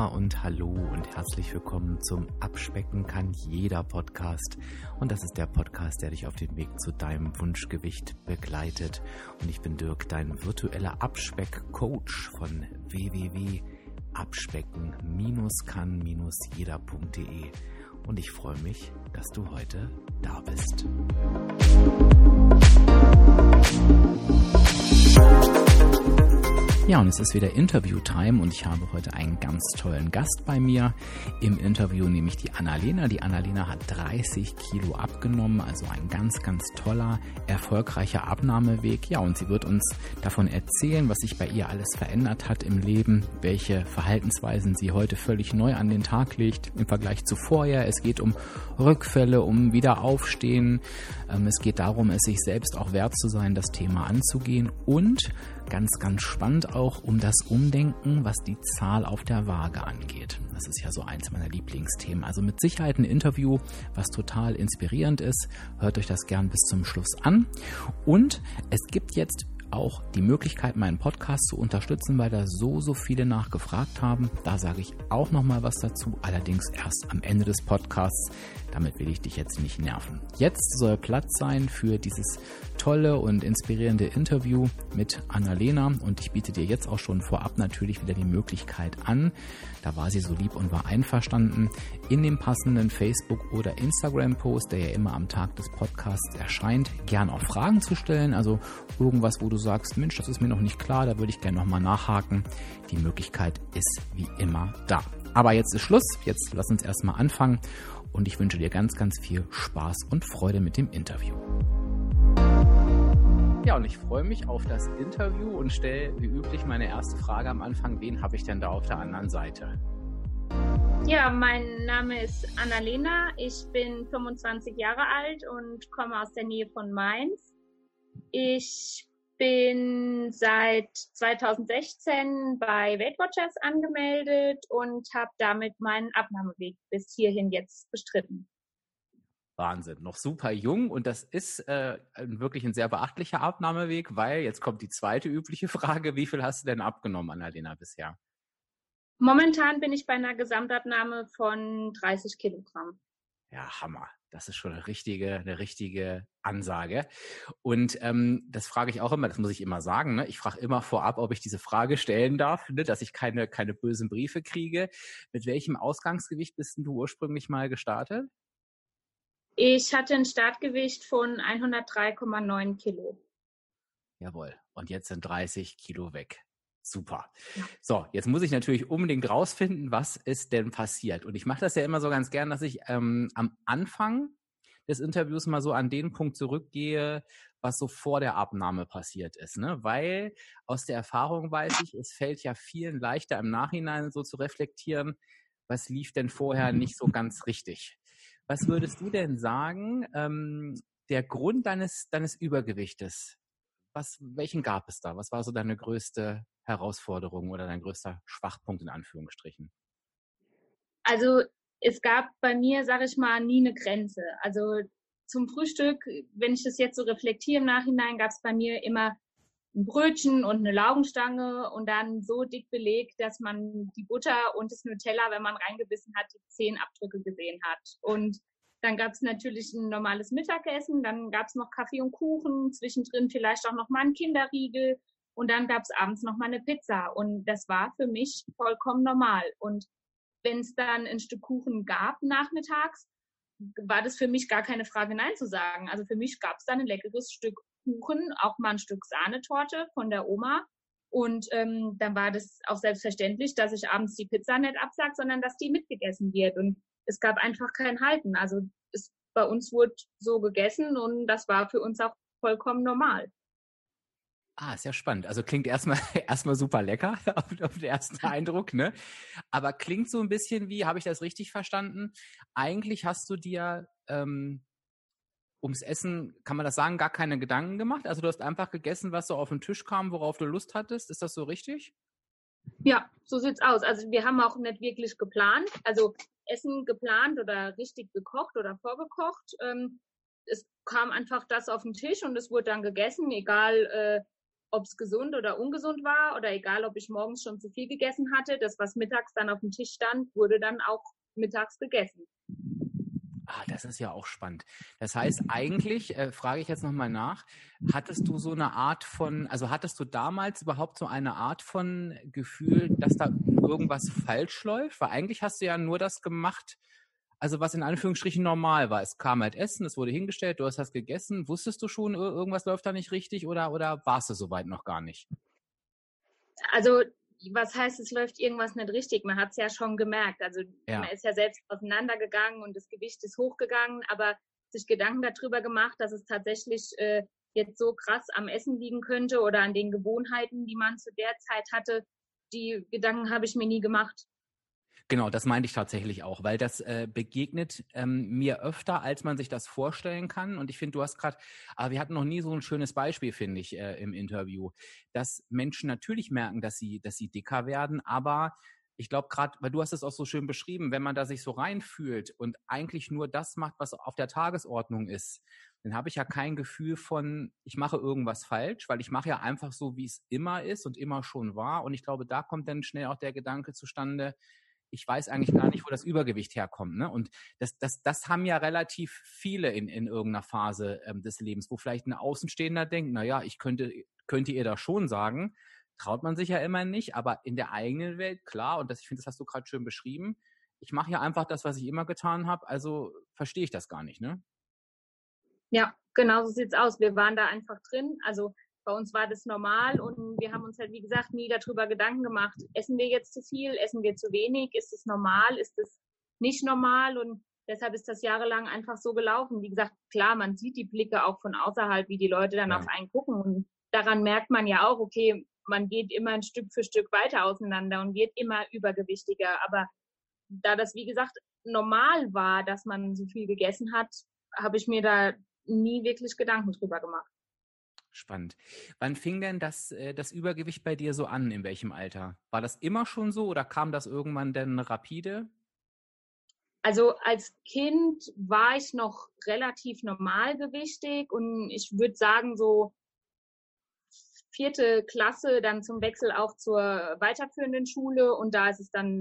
und hallo und herzlich willkommen zum Abspecken kann jeder Podcast. Und das ist der Podcast, der dich auf dem Weg zu deinem Wunschgewicht begleitet. Und ich bin Dirk, dein virtueller Abspeck-Coach von www.abspecken-kann-jeder.de. Und ich freue mich, dass du heute da bist. Ja, und es ist wieder Interview-Time und ich habe heute einen ganz tollen Gast bei mir im Interview, nämlich die Annalena. Die Annalena hat 30 Kilo abgenommen, also ein ganz, ganz toller, erfolgreicher Abnahmeweg. Ja, und sie wird uns davon erzählen, was sich bei ihr alles verändert hat im Leben, welche Verhaltensweisen sie heute völlig neu an den Tag legt im Vergleich zu vorher. Es geht um Rückfälle, um Wiederaufstehen. Es geht darum, es sich selbst auch wert zu sein, das Thema anzugehen und ganz, ganz spannend auch um das Umdenken, was die Zahl auf der Waage angeht. Das ist ja so eins meiner Lieblingsthemen. Also mit Sicherheit ein Interview, was total inspirierend ist. Hört euch das gern bis zum Schluss an. Und es gibt jetzt auch die Möglichkeit, meinen Podcast zu unterstützen, weil da so viele nachgefragt haben. Da sage ich auch nochmal was dazu, allerdings erst am Ende des Podcasts. Damit will ich dich jetzt nicht nerven. Jetzt soll Platz sein für dieses tolle und inspirierende Interview mit Annalena und ich biete dir jetzt auch schon vorab natürlich wieder die Möglichkeit an, da war sie so lieb und war einverstanden, in dem passenden Facebook- oder Instagram-Post, der ja immer am Tag des Podcasts erscheint, gern auch Fragen zu stellen, also irgendwas, wo du sagst, Mensch, das ist mir noch nicht klar, da würde ich gerne nochmal nachhaken. Die Möglichkeit ist wie immer da. Aber jetzt ist Schluss, jetzt lass uns erstmal anfangen. Und ich wünsche dir ganz, ganz viel Spaß und Freude mit dem Interview. Ja, und ich freue mich auf das Interview und stelle wie üblich meine erste Frage am Anfang. Wen habe ich denn da auf der anderen Seite? Ja, mein Name ist Annalena. Ich bin 25 Jahre alt und komme aus der Nähe von Mainz. Ich bin seit 2016 bei Weight Watchers angemeldet und habe damit meinen Abnahmeweg bis hierhin jetzt bestritten. Wahnsinn, noch super jung und das ist wirklich ein sehr beachtlicher Abnahmeweg, weil jetzt kommt die zweite übliche Frage, wie viel hast du denn abgenommen, Annalena, bisher? Momentan bin ich bei einer Gesamtabnahme von 30 Kilogramm. Ja, Hammer. Das ist schon eine richtige Ansage. Und das frage ich auch immer, das muss ich immer sagen, ne? Ich frage immer vorab, ob ich diese Frage stellen darf, ne? Dass ich keine bösen Briefe kriege. Mit welchem Ausgangsgewicht bist denn du ursprünglich mal gestartet? Ich hatte ein Startgewicht von 103,9 Kilo. Jawohl. Und jetzt sind 30 Kilo weg. Super. So, jetzt muss ich natürlich unbedingt rausfinden, was ist denn passiert. Und ich mache das ja immer so ganz gern, dass ich am Anfang des Interviews mal so an den Punkt zurückgehe, was so vor der Abnahme passiert ist. Ne? Weil aus der Erfahrung weiß ich, es fällt ja vielen leichter im Nachhinein so zu reflektieren, was lief denn vorher nicht so ganz richtig. Was würdest du denn sagen, der Grund deines Übergewichtes, welchen gab es da? Was war so deine größte Herausforderung oder dein größter Schwachpunkt in Anführungsstrichen? Also es gab bei mir, sage ich mal, nie eine Grenze. Also zum Frühstück, wenn ich das jetzt so reflektiere im Nachhinein, gab es bei mir immer ein Brötchen und eine Laugenstange und dann so dick belegt, dass man die Butter und das Nutella, wenn man reingebissen hat, die 10 Abdrücke gesehen hat. Und dann gab es natürlich ein normales Mittagessen, dann gab es noch Kaffee und Kuchen, zwischendrin vielleicht auch noch mal ein Kinderriegel und dann gab es abends noch mal eine Pizza. Und das war für mich vollkommen normal. Und wenn es dann ein Stück Kuchen gab nachmittags, war das für mich gar keine Frage, Nein zu sagen. Also für mich gab es dann ein leckeres Stück Kuchen, auch mal ein Stück Sahnetorte von der Oma. Und dann war das auch selbstverständlich, dass ich abends die Pizza nicht absage, sondern dass die mitgegessen wird. Und es gab einfach kein Halten. Also bei uns wurde so gegessen und das war für uns auch vollkommen normal. Ah, ist ja spannend. Also klingt erstmal super lecker auf den ersten Eindruck, ne? Aber klingt so ein bisschen wie, habe ich das richtig verstanden? Eigentlich hast du dir ums Essen, kann man das sagen, gar keine Gedanken gemacht? Also du hast einfach gegessen, was so auf den Tisch kam, worauf du Lust hattest. Ist das so richtig? Ja, so sieht's aus. Also wir haben auch nicht wirklich geplant, also Essen geplant oder richtig gekocht oder vorgekocht. Es kam einfach das auf den Tisch und es wurde dann gegessen, egal ob es gesund oder ungesund war oder egal, ob ich morgens schon zu viel gegessen hatte, das, was mittags dann auf dem Tisch stand, wurde dann auch mittags gegessen. Ah, das ist ja auch spannend. Das heißt, eigentlich, frage ich jetzt nochmal nach, hattest du so eine Art von, also hattest du damals überhaupt so eine Art von Gefühl, dass da irgendwas falsch läuft? Weil eigentlich hast du ja nur das gemacht, also was in Anführungsstrichen normal war. Es kam halt Essen, es wurde hingestellt, du hast das gegessen. Wusstest du schon, irgendwas läuft da nicht richtig oder warst du soweit noch gar nicht? Also, was heißt, es läuft irgendwas nicht richtig? Man hat es ja schon gemerkt. Also, man Ja. ist ja selbst auseinandergegangen und das Gewicht ist hochgegangen, aber sich Gedanken darüber gemacht, dass es tatsächlich jetzt so krass am Essen liegen könnte oder an den Gewohnheiten, die man zu der Zeit hatte, die Gedanken habe ich mir nie gemacht. Genau, das meinte ich tatsächlich auch, weil das begegnet mir öfter, als man sich das vorstellen kann. Und ich finde, aber wir hatten noch nie so ein schönes Beispiel, finde ich, im Interview, dass Menschen natürlich merken, dass sie dicker werden, aber ich glaube gerade, weil du hast es auch so schön beschrieben, wenn man da sich so reinfühlt und eigentlich nur das macht, was auf der Tagesordnung ist, dann habe ich ja kein Gefühl von, ich mache irgendwas falsch, weil ich mache ja einfach so, wie es immer ist und immer schon war. Und ich glaube, da kommt dann schnell auch der Gedanke zustande, ich weiß eigentlich gar nicht, wo das Übergewicht herkommt. Ne? Und das haben ja relativ viele in irgendeiner Phase des Lebens, wo vielleicht ein Außenstehender denkt, naja, könnte ihr das schon sagen, traut man sich ja immer nicht, aber in der eigenen Welt, klar, und ich finde, das hast du gerade schön beschrieben, ich mache ja einfach das, was ich immer getan habe, also verstehe ich das gar nicht, ne? Ja, genau so sieht's aus. Wir waren da einfach drin. Also bei uns war das normal und wir haben uns halt, wie gesagt, nie darüber Gedanken gemacht, essen wir jetzt zu viel, essen wir zu wenig, ist es normal, ist es nicht normal und deshalb ist das jahrelang einfach so gelaufen. Wie gesagt, klar, man sieht die Blicke auch von außerhalb, wie die Leute dann Ja. auf einen gucken und daran merkt man ja auch, okay, man geht immer ein Stück für Stück weiter auseinander und wird immer übergewichtiger. Aber da das, wie gesagt, normal war, dass man so viel gegessen hat, habe ich mir da nie wirklich Gedanken drüber gemacht. Spannend. Wann fing denn das Übergewicht bei dir so an? In welchem Alter? War das immer schon so oder kam das irgendwann denn rapide? Also als Kind war ich noch relativ normalgewichtig und ich würde sagen so 4. Klasse dann zum Wechsel auch zur weiterführenden Schule und da ist es dann,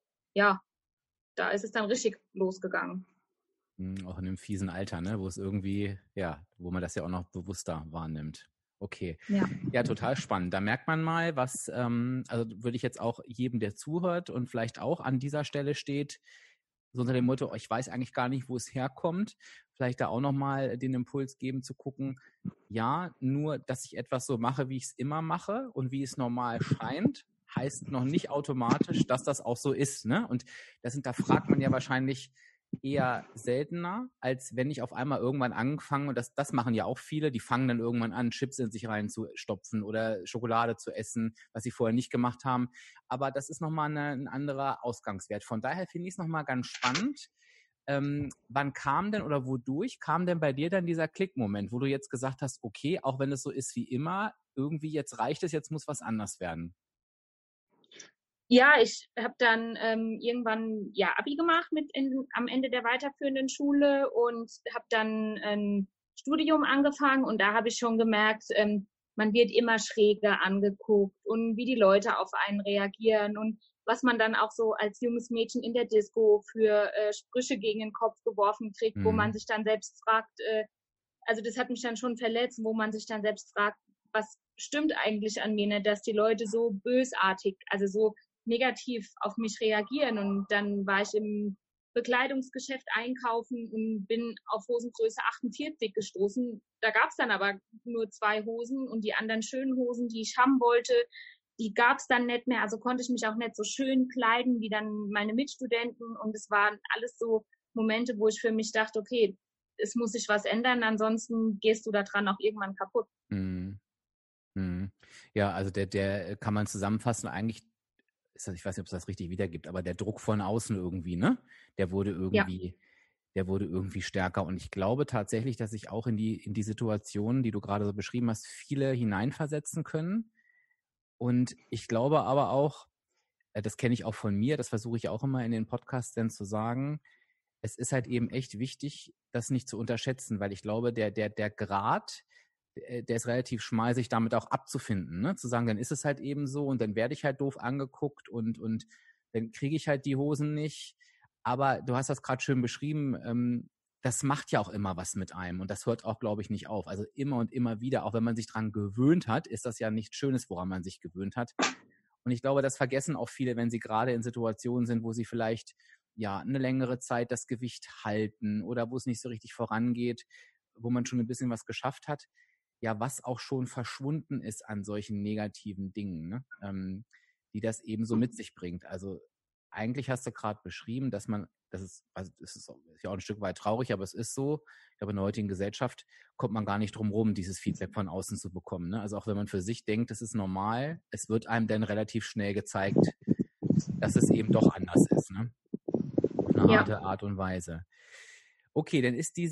da ist es dann richtig losgegangen. Auch in einem fiesen Alter, ne? Wo es irgendwie, ja, wo man das ja auch noch bewusster wahrnimmt. Okay. Ja. Ja, total spannend. Da merkt man mal, also würde ich jetzt auch jedem, der zuhört und vielleicht auch an dieser Stelle steht, so unter dem Motto, ich weiß eigentlich gar nicht, wo es herkommt, vielleicht da auch nochmal den Impuls geben zu gucken, ja, nur, dass ich etwas so mache, wie ich es immer mache und wie es normal scheint, heißt noch nicht automatisch, dass das auch so ist, ne? Und da fragt man ja wahrscheinlich eher seltener, als wenn ich auf einmal irgendwann angefangen, und das machen ja auch viele, die fangen dann irgendwann an, Chips in sich reinzustopfen oder Schokolade zu essen, was sie vorher nicht gemacht haben. Aber das ist nochmal ein anderer Ausgangswert. Von daher finde ich es nochmal ganz spannend. Wann kam denn oder wodurch kam denn bei dir dann dieser Klickmoment, wo du jetzt gesagt hast, okay, auch wenn es so ist wie immer, irgendwie jetzt reicht es, jetzt muss was anders werden? Ja, ich habe dann irgendwann Abi gemacht am Ende der weiterführenden Schule und habe dann ein Studium angefangen und da habe ich schon gemerkt, man wird immer schräger angeguckt und wie die Leute auf einen reagieren und was man dann auch so als junges Mädchen in der Disco für Sprüche gegen den Kopf geworfen kriegt, wo man sich dann selbst fragt, also das hat mich dann schon verletzt, wo man sich dann selbst fragt, was stimmt eigentlich an mir, ne, dass die Leute so bösartig, also so negativ auf mich reagieren. Und dann war ich im Bekleidungsgeschäft einkaufen und bin auf Hosengröße 48 gestoßen. Da gab es dann aber nur 2 Hosen und die anderen schönen Hosen, die ich haben wollte, die gab es dann nicht mehr. Also konnte ich mich auch nicht so schön kleiden wie dann meine Mitstudenten. Und es waren alles so Momente, wo ich für mich dachte, okay, es muss sich was ändern, ansonsten gehst du da dran auch irgendwann kaputt. Mhm. Mhm. Ja, also der kann man zusammenfassen, eigentlich ich weiß nicht, ob es das richtig wiedergibt, aber der Druck von außen irgendwie, ne? Der wurde irgendwie, der wurde irgendwie stärker. Und ich glaube tatsächlich, dass sich auch in die Situation, die du gerade so beschrieben hast, viele hineinversetzen können. Und ich glaube aber auch, das kenne ich auch von mir, das versuche ich auch immer in den Podcasts dann zu sagen, es ist halt eben echt wichtig, das nicht zu unterschätzen, weil ich glaube, der Grad der ist relativ schmal, sich damit auch abzufinden, ne? Zu sagen, dann ist es halt eben so und dann werde ich halt doof angeguckt und dann kriege ich halt die Hosen nicht. Aber du hast das gerade schön beschrieben, das macht ja auch immer was mit einem und das hört auch, glaube ich, nicht auf. Also immer und immer wieder, auch wenn man sich dran gewöhnt hat, ist das ja nichts Schönes, woran man sich gewöhnt hat. Und ich glaube, das vergessen auch viele, wenn sie gerade in Situationen sind, wo sie vielleicht ja eine längere Zeit das Gewicht halten oder wo es nicht so richtig vorangeht, wo man schon ein bisschen was geschafft hat, ja, was auch schon verschwunden ist an solchen negativen Dingen, ne? Die das eben so mit sich bringt. Also eigentlich hast du gerade beschrieben, dass man, das ist ja auch ein Stück weit traurig, aber es ist so, ich glaube, in der heutigen Gesellschaft kommt man gar nicht drum rum, dieses Feedback von außen zu bekommen, ne? Also auch wenn man für sich denkt, das ist normal, es wird einem dann relativ schnell gezeigt, dass es eben doch anders ist, ne? Auf eine harte Art und Weise. Okay,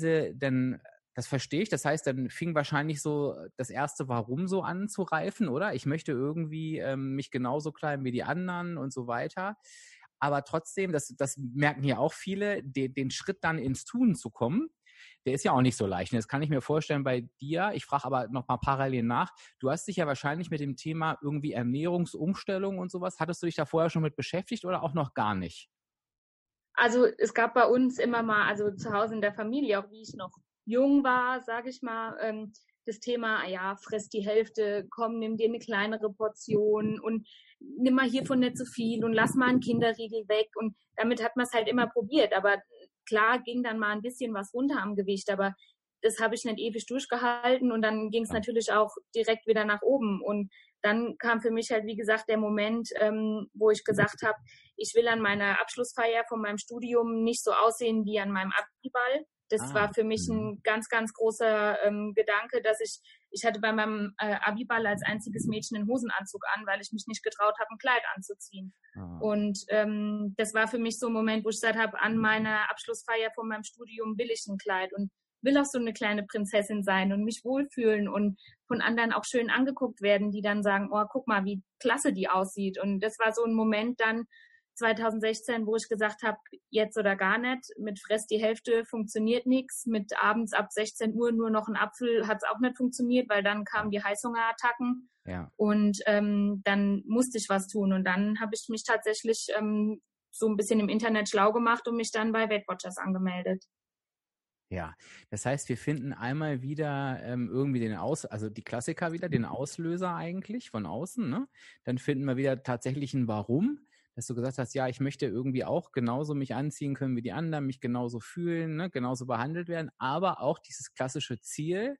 das verstehe ich. Das heißt, dann fing wahrscheinlich so das erste Warum so an zu reifen, oder? Ich möchte irgendwie mich genauso kleiden wie die anderen und so weiter. Aber trotzdem, das merken hier auch viele, den Schritt dann ins Tun zu kommen, der ist ja auch nicht so leicht. Das kann ich mir vorstellen bei dir. Ich frage aber noch mal parallel nach. Du hast dich ja wahrscheinlich mit dem Thema irgendwie Ernährungsumstellung und sowas, hattest du dich da vorher schon mit beschäftigt oder auch noch gar nicht? Also es gab bei uns immer mal, also zu Hause in der Familie, auch wie ich noch jung war, sage ich mal, das Thema, ja, friss die Hälfte, komm, nimm dir eine kleinere Portion und nimm mal hiervon nicht so viel und lass mal einen Kinderriegel weg. Und damit hat man es halt immer probiert. Aber klar ging dann mal ein bisschen was runter am Gewicht, aber das habe ich nicht ewig durchgehalten und dann ging es natürlich auch direkt wieder nach oben. Und dann kam für mich halt, wie gesagt, der Moment, wo ich gesagt habe, ich will an meiner Abschlussfeier von meinem Studium nicht so aussehen wie an meinem Abiball. Das war für mich ein ganz, ganz großer Gedanke, dass ich hatte bei meinem Abiball als einziges Mädchen einen Hosenanzug an, weil ich mich nicht getraut habe, ein Kleid anzuziehen. Und das war für mich so ein Moment, wo ich gesagt habe, an meiner Abschlussfeier von meinem Studium will ich ein Kleid und will auch so eine kleine Prinzessin sein und mich wohlfühlen und von anderen auch schön angeguckt werden, die dann sagen, oh, guck mal, wie klasse die aussieht. Und das war so ein Moment dann 2016, wo ich gesagt habe, jetzt oder gar nicht, mit Fress die Hälfte funktioniert nichts, mit abends ab 16 Uhr nur noch ein Apfel hat es auch nicht funktioniert, weil dann kamen die Heißhungerattacken. Ja. Und dann musste ich was tun. Und dann habe ich mich tatsächlich so ein bisschen im Internet schlau gemacht und mich dann bei Weight Watchers angemeldet. Ja, das heißt, wir finden einmal wieder irgendwie also die Klassiker wieder, den Auslöser eigentlich von außen, ne? Dann finden wir wieder tatsächlich ein Warum, dass du gesagt hast, ja, ich möchte irgendwie auch genauso mich anziehen können wie die anderen, mich genauso fühlen, ne? Genauso behandelt werden, aber auch dieses klassische Ziel,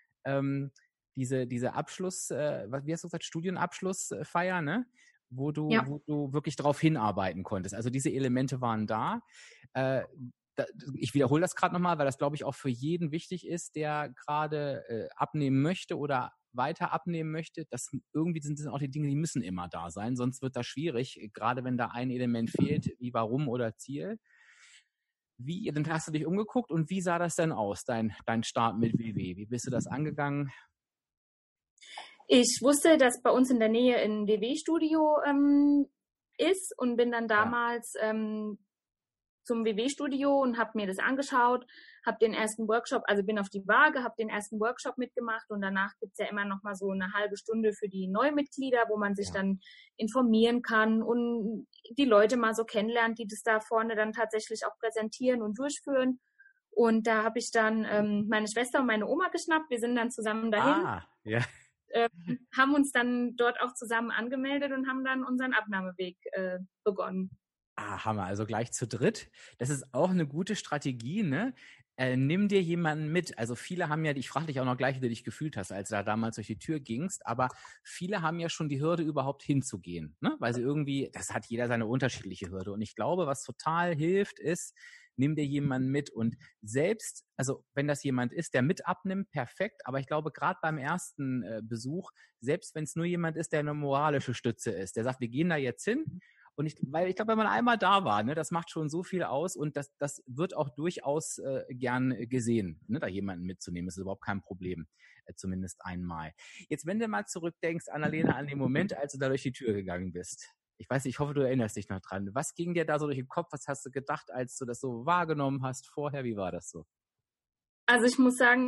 diese Abschluss, wie hast du gesagt, Studienabschlussfeier, ne? Wo du wirklich darauf hinarbeiten konntest. Also diese Elemente waren da. Ich wiederhole das gerade nochmal, weil das, glaube ich, auch für jeden wichtig ist, der gerade abnehmen möchte oder weiter abnehmen möchte. Das irgendwie sind auch die Dinge, die müssen immer da sein, sonst wird das schwierig, gerade wenn da ein Element fehlt, wie Warum oder Ziel. Dann hast du dich umgeguckt und wie sah das denn aus, dein Start mit WW? Wie bist du das angegangen? Ich wusste, dass bei uns in der Nähe ein WW-Studio ist und bin dann damals zum WW-Studio und habe mir das angeschaut, habe den ersten Workshop, also bin auf die Waage, habe den ersten Workshop mitgemacht und danach gibt's ja immer noch mal so eine halbe Stunde für die Neumitglieder, wo man sich dann informieren kann und die Leute mal so kennenlernt, die das da vorne dann tatsächlich auch präsentieren und durchführen. Und da habe ich dann meine Schwester und meine Oma geschnappt. Wir sind dann zusammen dahin. Haben uns dann dort auch zusammen angemeldet und haben dann unseren Abnahmeweg begonnen. Hammer, also gleich zu dritt. Das ist auch eine gute Strategie, ne? Nimm dir jemanden mit. Also viele haben ja, ich frage dich auch noch gleich, wie du dich gefühlt hast, als du da damals durch die Tür gingst, aber viele haben ja schon die Hürde, überhaupt hinzugehen, ne? Weil sie irgendwie, das hat jeder seine unterschiedliche Hürde. Und ich glaube, was total hilft, ist, nimm dir jemanden mit und selbst, also wenn das jemand ist, der mit abnimmt, perfekt, aber ich glaube, gerade beim ersten Besuch, selbst wenn es nur jemand ist, der eine moralische Stütze ist, der sagt, wir gehen da jetzt hin, und weil ich glaube, wenn man einmal da war, ne, das macht schon so viel aus und das wird auch durchaus gern gesehen, ne, da jemanden mitzunehmen. Das ist überhaupt kein Problem, zumindest einmal. Jetzt, wenn du mal zurückdenkst, Annalena, an den Moment, als du da durch die Tür gegangen bist. Ich weiß nicht, ich hoffe, du erinnerst dich noch dran. Was ging dir da so durch den Kopf? Was hast du gedacht, als du das so wahrgenommen hast vorher? Wie war das so? Also ich muss sagen, ich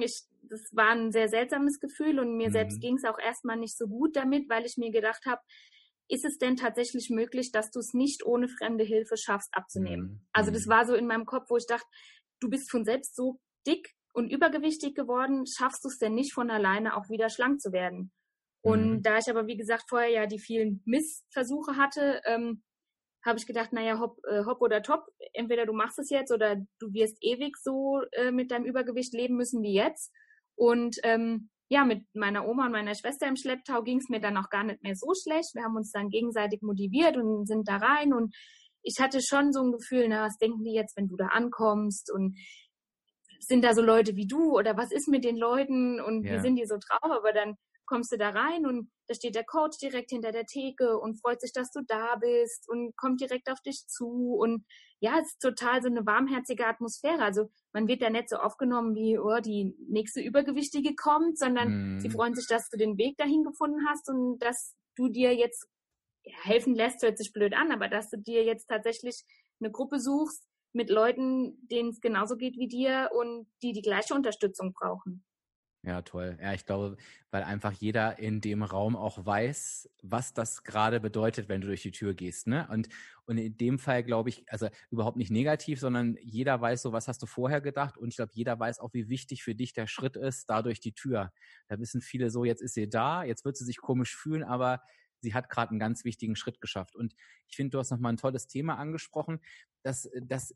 das war ein sehr seltsames Gefühl und mir selbst ging es auch erstmal nicht so gut damit, weil ich mir gedacht habe, ist es denn tatsächlich möglich, dass du es nicht ohne fremde Hilfe schaffst abzunehmen? Also das war so in meinem Kopf, wo ich dachte, du bist von selbst so dick und übergewichtig geworden, schaffst du es denn nicht von alleine auch wieder schlank zu werden? Und da ich aber, wie gesagt, vorher ja die vielen Missversuche hatte, habe ich gedacht, naja, hopp oder top, entweder du machst es jetzt oder du wirst ewig so mit deinem Übergewicht leben müssen wie jetzt. Und mit meiner Oma und meiner Schwester im Schlepptau ging es mir dann auch gar nicht mehr so schlecht. Wir haben uns dann gegenseitig motiviert und sind da rein. Und ich hatte schon so ein Gefühl, na, was denken die jetzt, wenn du da ankommst? Und sind da so Leute wie du? Oder was ist mit den Leuten? Und wie sind die so drauf? Aber dann kommst du da rein und da steht der Coach direkt hinter der Theke und freut sich, dass du da bist und kommt direkt auf dich zu. Und ja, es ist total so eine warmherzige Atmosphäre. Also man wird da nicht so aufgenommen wie, oh, die nächste Übergewichtige kommt, sondern sie freuen sich, dass du den Weg dahin gefunden hast und dass du dir jetzt helfen lässt, hört sich blöd an, aber dass du dir jetzt tatsächlich eine Gruppe suchst mit Leuten, denen es genauso geht wie dir und die gleiche Unterstützung brauchen. Ja, toll. Ja, ich glaube, weil einfach jeder in dem Raum auch weiß, was das gerade bedeutet, wenn du durch die Tür gehst, ne? Und in dem Fall glaube ich, also überhaupt nicht negativ, sondern jeder weiß so, was hast du vorher gedacht? Und ich glaube, jeder weiß auch, wie wichtig für dich der Schritt ist, da durch die Tür. Da wissen viele so, jetzt ist sie da, jetzt wird sie sich komisch fühlen, aber sie hat gerade einen ganz wichtigen Schritt geschafft. Und ich finde, du hast nochmal ein tolles Thema angesprochen. Das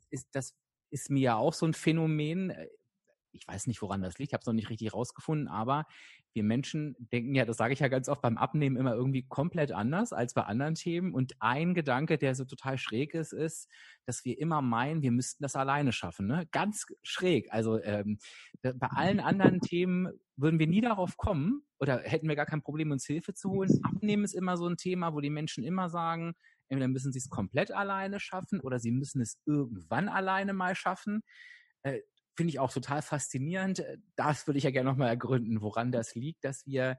ist mir ja auch so ein Phänomen. Ich weiß nicht, woran das liegt, ich habe es noch nicht richtig rausgefunden, aber wir Menschen denken ja, das sage ich ja ganz oft beim Abnehmen immer irgendwie komplett anders als bei anderen Themen. Und ein Gedanke, der so total schräg ist, dass wir immer meinen, wir müssten das alleine schaffen. Ne? Ganz schräg. Also bei allen anderen Themen würden wir nie darauf kommen oder hätten wir gar kein Problem, uns Hilfe zu holen. Abnehmen ist immer so ein Thema, wo die Menschen immer sagen, entweder müssen sie es komplett alleine schaffen oder sie müssen es irgendwann alleine mal schaffen. Finde ich auch total faszinierend. Das würde ich ja gerne nochmal ergründen, woran das liegt, dass wir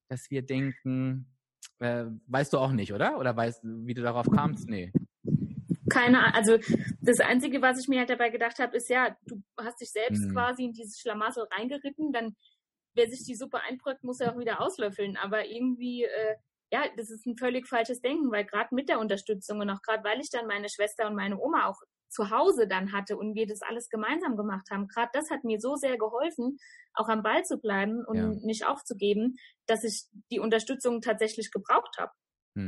denken, weißt du auch nicht, oder? Oder weißt du, wie du darauf kamst? Nee. Keine Ahnung. Also das Einzige, was ich mir halt dabei gedacht habe, ist ja, du hast dich selbst quasi in dieses Schlamassel reingeritten, dann wer sich die Suppe einbrockt, muss ja auch wieder auslöffeln. Aber irgendwie, das ist ein völlig falsches Denken, weil gerade mit der Unterstützung und auch gerade weil ich dann meine Schwester und meine Oma auch zu Hause dann hatte und wir das alles gemeinsam gemacht haben. Gerade das hat mir so sehr geholfen, auch am Ball zu bleiben und nicht aufzugeben, dass ich die Unterstützung tatsächlich gebraucht habe.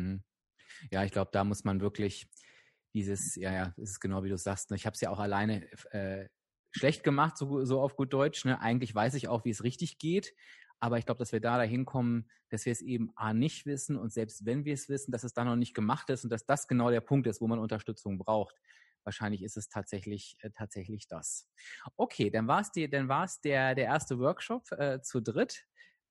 Ja, ich glaube, da muss man wirklich dieses, es ist genau wie du sagst, ne? Ich habe es ja auch alleine schlecht gemacht, so auf gut Deutsch. Ne? Eigentlich weiß ich auch, wie es richtig geht. Aber ich glaube, dass wir da hinkommen, dass wir es eben nicht wissen und selbst wenn wir es wissen, dass es da noch nicht gemacht ist und dass das genau der Punkt ist, wo man Unterstützung braucht. Wahrscheinlich ist es tatsächlich das. Okay, dann war es der erste Workshop zu dritt.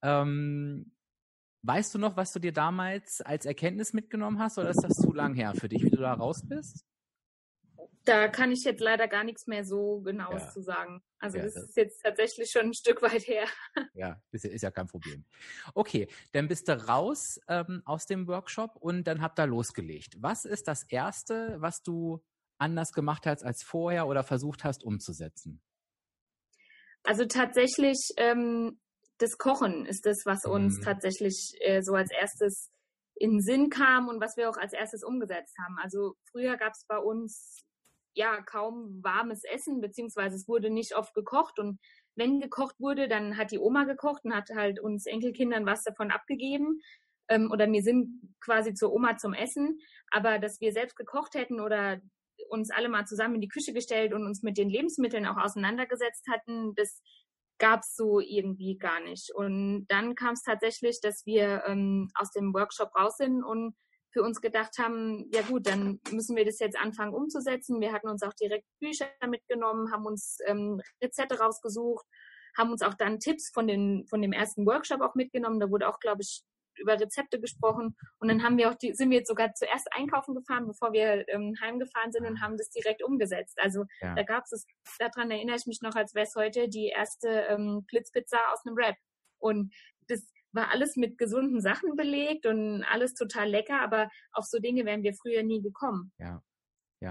Weißt du noch, was du dir damals als Erkenntnis mitgenommen hast, oder ist das zu lang her für dich, wie du da raus bist? Da kann ich jetzt leider gar nichts mehr so Genaues zu sagen. Also das ist jetzt tatsächlich schon ein Stück weit her. Ja, ist ja kein Problem. Okay, dann bist du raus aus dem Workshop und dann habt ihr losgelegt. Was ist das Erste, was du anders gemacht hast als vorher oder versucht hast umzusetzen? Also tatsächlich das Kochen ist das, was uns tatsächlich so als erstes in den Sinn kam und was wir auch als erstes umgesetzt haben. Also früher gab es bei uns kaum warmes Essen, beziehungsweise es wurde nicht oft gekocht und wenn gekocht wurde, dann hat die Oma gekocht und hat halt uns Enkelkindern was davon abgegeben oder wir sind quasi zur Oma zum Essen, aber dass wir selbst gekocht hätten oder uns alle mal zusammen in die Küche gestellt und uns mit den Lebensmitteln auch auseinandergesetzt hatten, das gab es so irgendwie gar nicht. Und dann kam es tatsächlich, dass wir aus dem Workshop raus sind und für uns gedacht haben, ja gut, dann müssen wir das jetzt anfangen umzusetzen. Wir hatten uns auch direkt Bücher mitgenommen, haben uns Rezepte rausgesucht, haben uns auch dann Tipps von dem ersten Workshop auch mitgenommen. Da wurde auch, glaube ich, über Rezepte gesprochen. Und dann sind wir jetzt sogar zuerst einkaufen gefahren, bevor wir heimgefahren sind und haben das direkt umgesetzt. Also da gab es, daran erinnere ich mich noch, als wäre es heute die erste Blitzpizza aus einem Wrap. Und das war alles mit gesunden Sachen belegt und alles total lecker, aber auf so Dinge wären wir früher nie gekommen. Ja.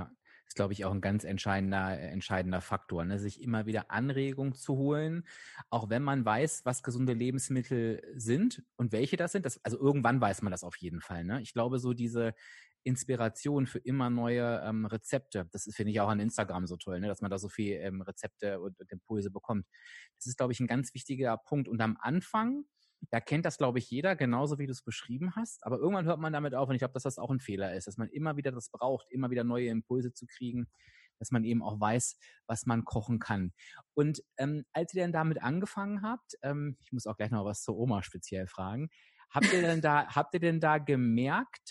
ist, glaube ich, auch ein ganz entscheidender Faktor, ne? Sich immer wieder Anregung zu holen, auch wenn man weiß, was gesunde Lebensmittel sind und welche das sind. Also irgendwann weiß man das auf jeden Fall, ne? Ich glaube, so diese Inspiration für immer neue Rezepte, finde ich auch an Instagram so toll, ne? Dass man da so viel Rezepte und Impulse bekommt. Das ist, glaube ich, ein ganz wichtiger Punkt. Und am Anfang, da kennt das, glaube ich, jeder, genauso wie du es beschrieben hast. Aber irgendwann hört man damit auf und ich glaube, dass das auch ein Fehler ist, dass man immer wieder das braucht, immer wieder neue Impulse zu kriegen, dass man eben auch weiß, was man kochen kann. Und als ihr denn damit angefangen habt, ich muss auch gleich noch was zur Oma speziell fragen, habt ihr denn da gemerkt,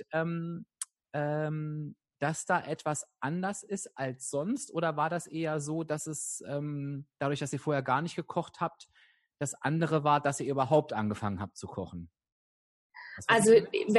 dass da etwas anders ist als sonst? Oder war das eher so, dass es dadurch, dass ihr vorher gar nicht gekocht habt, das andere war, dass ihr überhaupt angefangen habt zu kochen? Also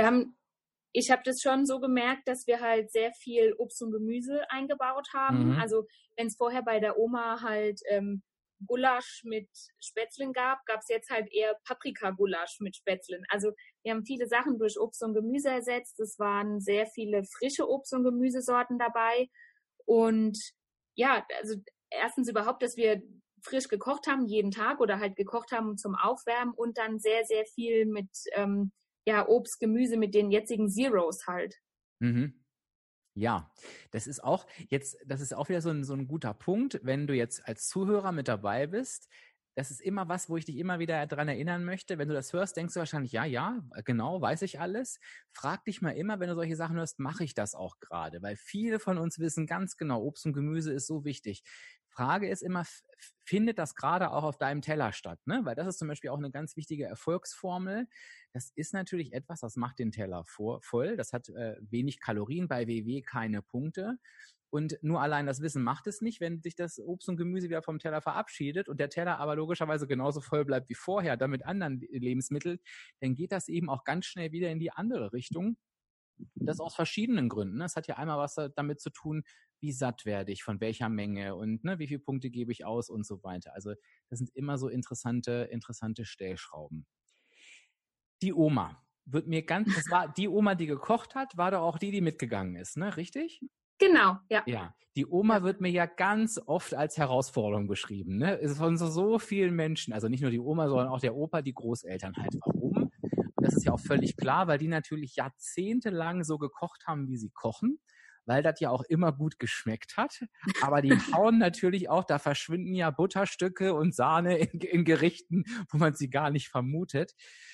ich habe das schon so gemerkt, dass wir halt sehr viel Obst und Gemüse eingebaut haben. Mhm. Also wenn es vorher bei der Oma halt Gulasch mit Spätzlen gab, gab es jetzt halt eher Paprikagulasch mit Spätzlen. Also wir haben viele Sachen durch Obst und Gemüse ersetzt. Es waren sehr viele frische Obst- und Gemüsesorten dabei. Und ja, also erstens überhaupt, dass wir frisch gekocht haben jeden Tag oder halt gekocht haben zum Aufwärmen und dann sehr, sehr viel mit Obst, Gemüse mit den jetzigen Zeros halt. Mhm. Ja, das ist auch wieder so ein guter Punkt, wenn du jetzt als Zuhörer mit dabei bist. Das ist immer was, wo ich dich immer wieder daran erinnern möchte. Wenn du das hörst, denkst du wahrscheinlich, ja, genau, weiß ich alles. Frag dich mal immer, wenn du solche Sachen hörst, mache ich das auch gerade? Weil viele von uns wissen ganz genau, Obst und Gemüse ist so wichtig. Frage ist immer, findet das gerade auch auf deinem Teller statt? Ne? Weil das ist zum Beispiel auch eine ganz wichtige Erfolgsformel. Das ist natürlich etwas, das macht den Teller voll. Das hat wenig Kalorien, bei WW keine Punkte. Und nur allein das Wissen macht es nicht, wenn sich das Obst und Gemüse wieder vom Teller verabschiedet und der Teller aber logischerweise genauso voll bleibt wie vorher, dann mit anderen Lebensmitteln, dann geht das eben auch ganz schnell wieder in die andere Richtung. Und das aus verschiedenen Gründen. Es hat ja einmal was damit zu tun, wie satt werde ich, von welcher Menge und wie viele Punkte gebe ich aus und so weiter. Also das sind immer so interessante Stellschrauben. Die Oma das war die Oma, die gekocht hat, war doch auch die mitgegangen ist, ne? Richtig? Genau, ja. Ja, die Oma wird mir ja ganz oft als Herausforderung beschrieben, ne? Ist von so vielen Menschen, also nicht nur die Oma, sondern auch der Opa, die Großeltern halt. Warum? Und das ist ja auch völlig klar, weil die natürlich jahrzehntelang so gekocht haben, wie sie kochen, weil das ja auch immer gut geschmeckt hat. Aber die hauen natürlich auch, da verschwinden ja Butterstücke und Sahne in Gerichten, wo man sie gar nicht vermutet.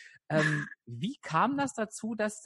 Wie kam das dazu, dass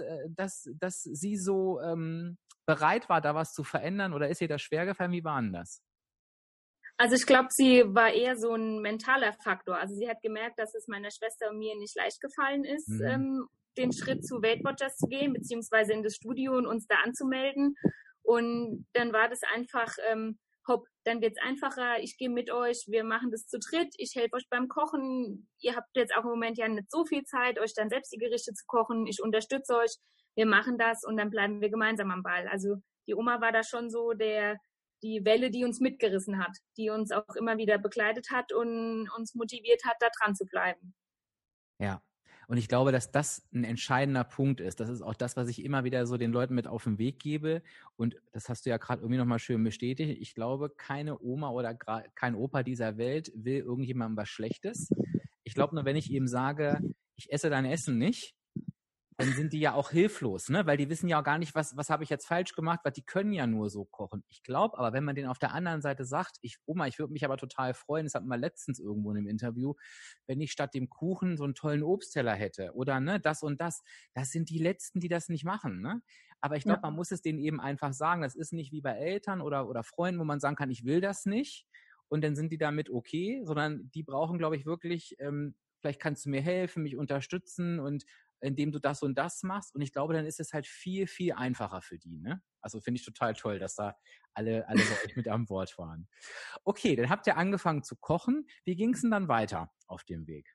sie so bereit war, da was zu verändern, oder ist ihr das schwergefallen? Wie war denn das? Also ich glaube, sie war eher so ein mentaler Faktor. Also sie hat gemerkt, dass es meiner Schwester und mir nicht leicht gefallen ist, den Schritt zu Weight Watchers zu gehen, beziehungsweise in das Studio und uns da anzumelden. Und dann war das einfach, dann wird's einfacher, ich gehe mit euch, wir machen das zu dritt, ich helfe euch beim Kochen. Ihr habt jetzt auch im Moment ja nicht so viel Zeit, euch dann selbst die Gerichte zu kochen. Ich unterstütze euch, wir machen das und dann bleiben wir gemeinsam am Ball. Also die Oma war da schon so die Welle, die uns mitgerissen hat, die uns auch immer wieder begleitet hat und uns motiviert hat, da dran zu bleiben. Ja. Und ich glaube, dass das ein entscheidender Punkt ist. Das ist auch das, was ich immer wieder so den Leuten mit auf den Weg gebe. Und das hast du ja gerade irgendwie nochmal schön bestätigt. Ich glaube, keine Oma oder kein Opa dieser Welt will irgendjemandem was Schlechtes. Ich glaube nur, wenn ich ihm sage, ich esse dein Essen nicht, dann sind die ja auch hilflos, ne? Weil die wissen ja auch gar nicht, was habe ich jetzt falsch gemacht, weil die können ja nur so kochen. Ich glaube aber, wenn man denen auf der anderen Seite sagt, Oma, ich würde mich aber total freuen, das hatten wir letztens irgendwo in einem Interview, wenn ich statt dem Kuchen so einen tollen Obstteller hätte oder das und das sind die Letzten, die das nicht machen, ne? Aber ich glaube, man muss es denen eben einfach sagen, das ist nicht wie bei Eltern oder Freunden, wo man sagen kann, ich will das nicht und dann sind die damit okay, sondern die brauchen, glaube ich, wirklich, vielleicht kannst du mir helfen, mich unterstützen und indem du das und das machst. Und ich glaube, dann ist es halt viel, viel einfacher für die, ne? Also finde ich total toll, dass da alle bei euch mit an Bord waren. Okay, dann habt ihr angefangen zu kochen. Wie ging es denn dann weiter auf dem Weg?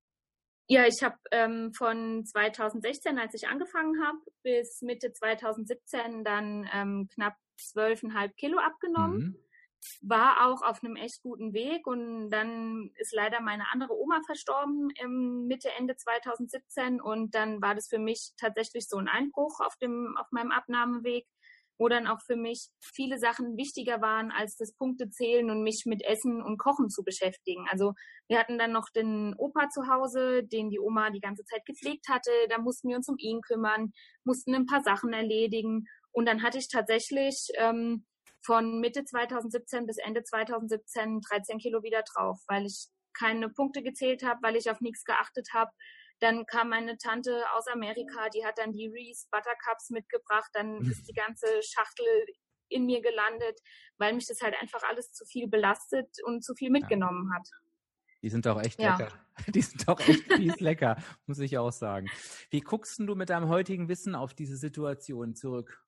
Ja, ich habe von 2016, als ich angefangen habe, bis Mitte 2017 dann knapp 12,5 Kilo abgenommen. War auch auf einem echt guten Weg und dann ist leider meine andere Oma verstorben Mitte, Ende 2017 und dann war das für mich tatsächlich so ein Einbruch auf meinem Abnahmeweg, wo dann auch für mich viele Sachen wichtiger waren, als das Punktezählen und mich mit Essen und Kochen zu beschäftigen. Also wir hatten dann noch den Opa zu Hause, den die Oma die ganze Zeit gepflegt hatte. Da mussten wir uns um ihn kümmern, mussten ein paar Sachen erledigen. Und dann hatte ich tatsächlich von Mitte 2017 bis Ende 2017 13 Kilo wieder drauf, weil ich keine Punkte gezählt habe, weil ich auf nichts geachtet habe. Dann kam meine Tante aus Amerika, die hat dann die Reese Buttercups mitgebracht. Dann ist die ganze Schachtel in mir gelandet, weil mich das halt einfach alles zu viel belastet und zu viel mitgenommen hat. Die sind doch echt lecker. Die sind doch echt fies lecker, muss ich auch sagen. Wie guckst du mit deinem heutigen Wissen auf diese Situation zurück?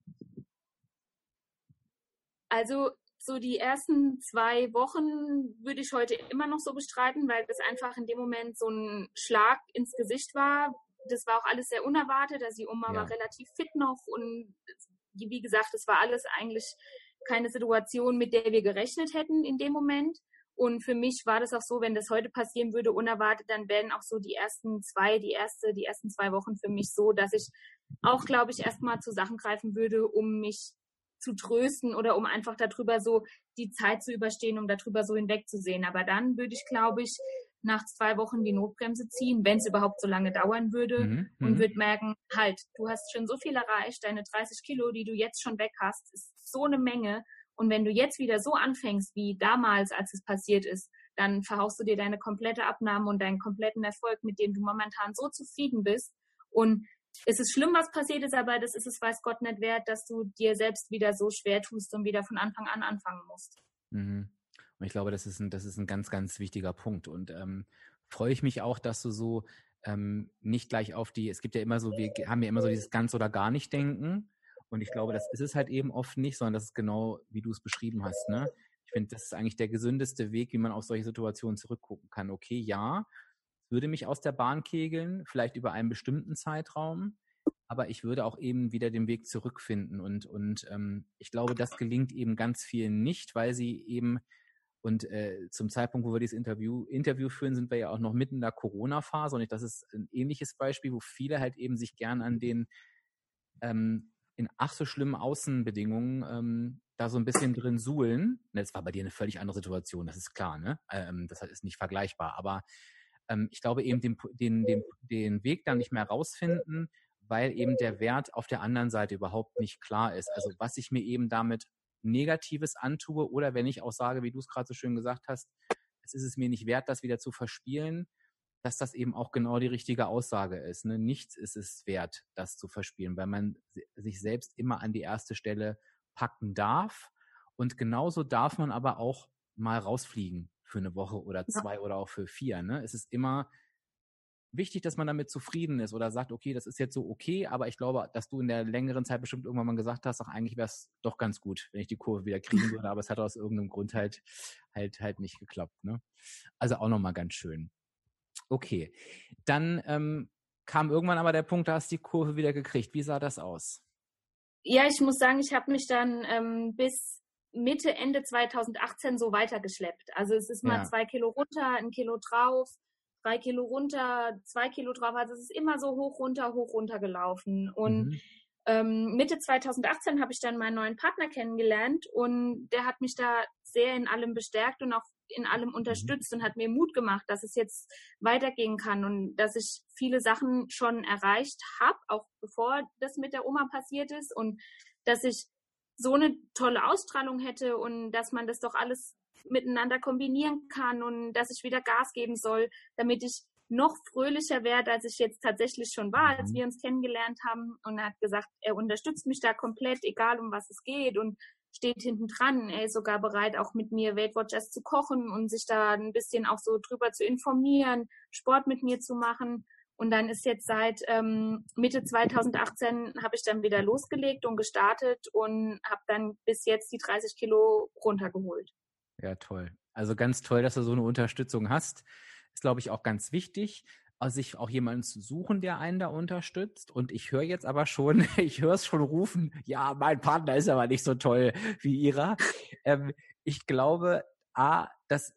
Also so die ersten 2 Wochen würde ich heute immer noch so bestreiten, weil das einfach in dem Moment so ein Schlag ins Gesicht war. Das war auch alles sehr unerwartet. Also die Oma war relativ fit noch und wie gesagt, es war alles eigentlich keine Situation, mit der wir gerechnet hätten in dem Moment. Und für mich war das auch so, wenn das heute passieren würde, unerwartet, dann wären auch so die ersten 2 Wochen für mich so, dass ich auch, glaube ich, erstmal zu Sachen greifen würde, um mich zu trösten oder um einfach darüber so die Zeit zu überstehen, um darüber so hinwegzusehen. Aber dann würde ich, glaube ich, nach 2 Wochen die Notbremse ziehen, wenn es überhaupt so lange dauern würde und würde merken, halt, du hast schon so viel erreicht, deine 30 Kilo, die du jetzt schon weg hast, ist so eine Menge. Und wenn du jetzt wieder so anfängst wie damals, als es passiert ist, dann verhaust du dir deine komplette Abnahme und deinen kompletten Erfolg, mit dem du momentan so zufrieden bist. Und es ist schlimm, was passiert ist, aber das ist es, weiß Gott, nicht wert, dass du dir selbst wieder so schwer tust und wieder von Anfang an anfangen musst. Und ich glaube, das ist ein ganz, ganz wichtiger Punkt. Und freue ich mich auch, dass du so nicht gleich es gibt ja immer so, wir haben ja immer so dieses ganz oder gar nicht denken. Und ich glaube, das ist es halt eben oft nicht, sondern das ist genau, wie du es beschrieben hast, ne? Ich finde, das ist eigentlich der gesündeste Weg, wie man auf solche Situationen zurückgucken kann. Okay, ja, würde mich aus der Bahn kegeln, vielleicht über einen bestimmten Zeitraum, aber ich würde auch eben wieder den Weg zurückfinden. Und ich glaube, das gelingt eben ganz vielen nicht, weil sie eben, und zum Zeitpunkt, wo wir dieses Interview führen, sind wir ja auch noch mitten in der Corona-Phase. Und das ist ein ähnliches Beispiel, wo viele halt eben sich gern an den in ach so schlimmen Außenbedingungen da so ein bisschen drin suhlen. Das war bei dir eine völlig andere Situation, das ist klar, ne? Das ist nicht vergleichbar. Aber ich glaube eben den Weg dann nicht mehr rausfinden, weil eben der Wert auf der anderen Seite überhaupt nicht klar ist. Also was ich mir eben damit Negatives antue oder wenn ich auch sage, wie du es gerade so schön gesagt hast, es ist es mir nicht wert, das wieder zu verspielen, dass das eben auch genau die richtige Aussage ist. Ne? Nichts ist es wert, das zu verspielen, weil man sich selbst immer an die erste Stelle packen darf. Und genauso darf man aber auch mal rausfliegen für eine Woche oder 2 oder auch für 4. Ne? Es ist immer wichtig, dass man damit zufrieden ist oder sagt, okay, das ist jetzt so okay, aber ich glaube, dass du in der längeren Zeit bestimmt irgendwann mal gesagt hast, ach, eigentlich wäre es doch ganz gut, wenn ich die Kurve wieder kriegen würde, aber es hat aus irgendeinem Grund halt nicht geklappt. Ne? Also auch nochmal ganz schön. Okay, dann kam irgendwann aber der Punkt, da hast du die Kurve wieder gekriegt. Wie sah das aus? Ja, ich muss sagen, ich habe mich dann bis Mitte, Ende 2018 so weitergeschleppt. Also es ist mal 2 Kilo runter, 1 Kilo drauf, 3 Kilo runter, 2 Kilo drauf. Also es ist immer so hoch, runter gelaufen. Und Mitte 2018 habe ich dann meinen neuen Partner kennengelernt und der hat mich da sehr in allem bestärkt und auch in allem unterstützt und hat mir Mut gemacht, dass es jetzt weitergehen kann und dass ich viele Sachen schon erreicht habe, auch bevor das mit der Oma passiert ist und dass ich so eine tolle Ausstrahlung hätte und dass man das doch alles miteinander kombinieren kann und dass ich wieder Gas geben soll, damit ich noch fröhlicher werde, als ich jetzt tatsächlich schon war, als wir uns kennengelernt haben. Und er hat gesagt, er unterstützt mich da komplett, egal um was es geht und steht hinten dran. Er ist sogar bereit, auch mit mir Weight Watchers zu kochen und sich da ein bisschen auch so drüber zu informieren, Sport mit mir zu machen. Und dann ist jetzt seit Mitte 2018 habe ich dann wieder losgelegt und gestartet und habe dann bis jetzt die 30 Kilo runtergeholt. Ja, toll. Also ganz toll, dass du so eine Unterstützung hast. Ist, glaube ich, auch ganz wichtig, sich auch jemanden zu suchen, der einen da unterstützt. Und ich höre jetzt aber schon, ich höre es schon rufen, ja, mein Partner ist aber nicht so toll wie ihrer. Ich glaube, das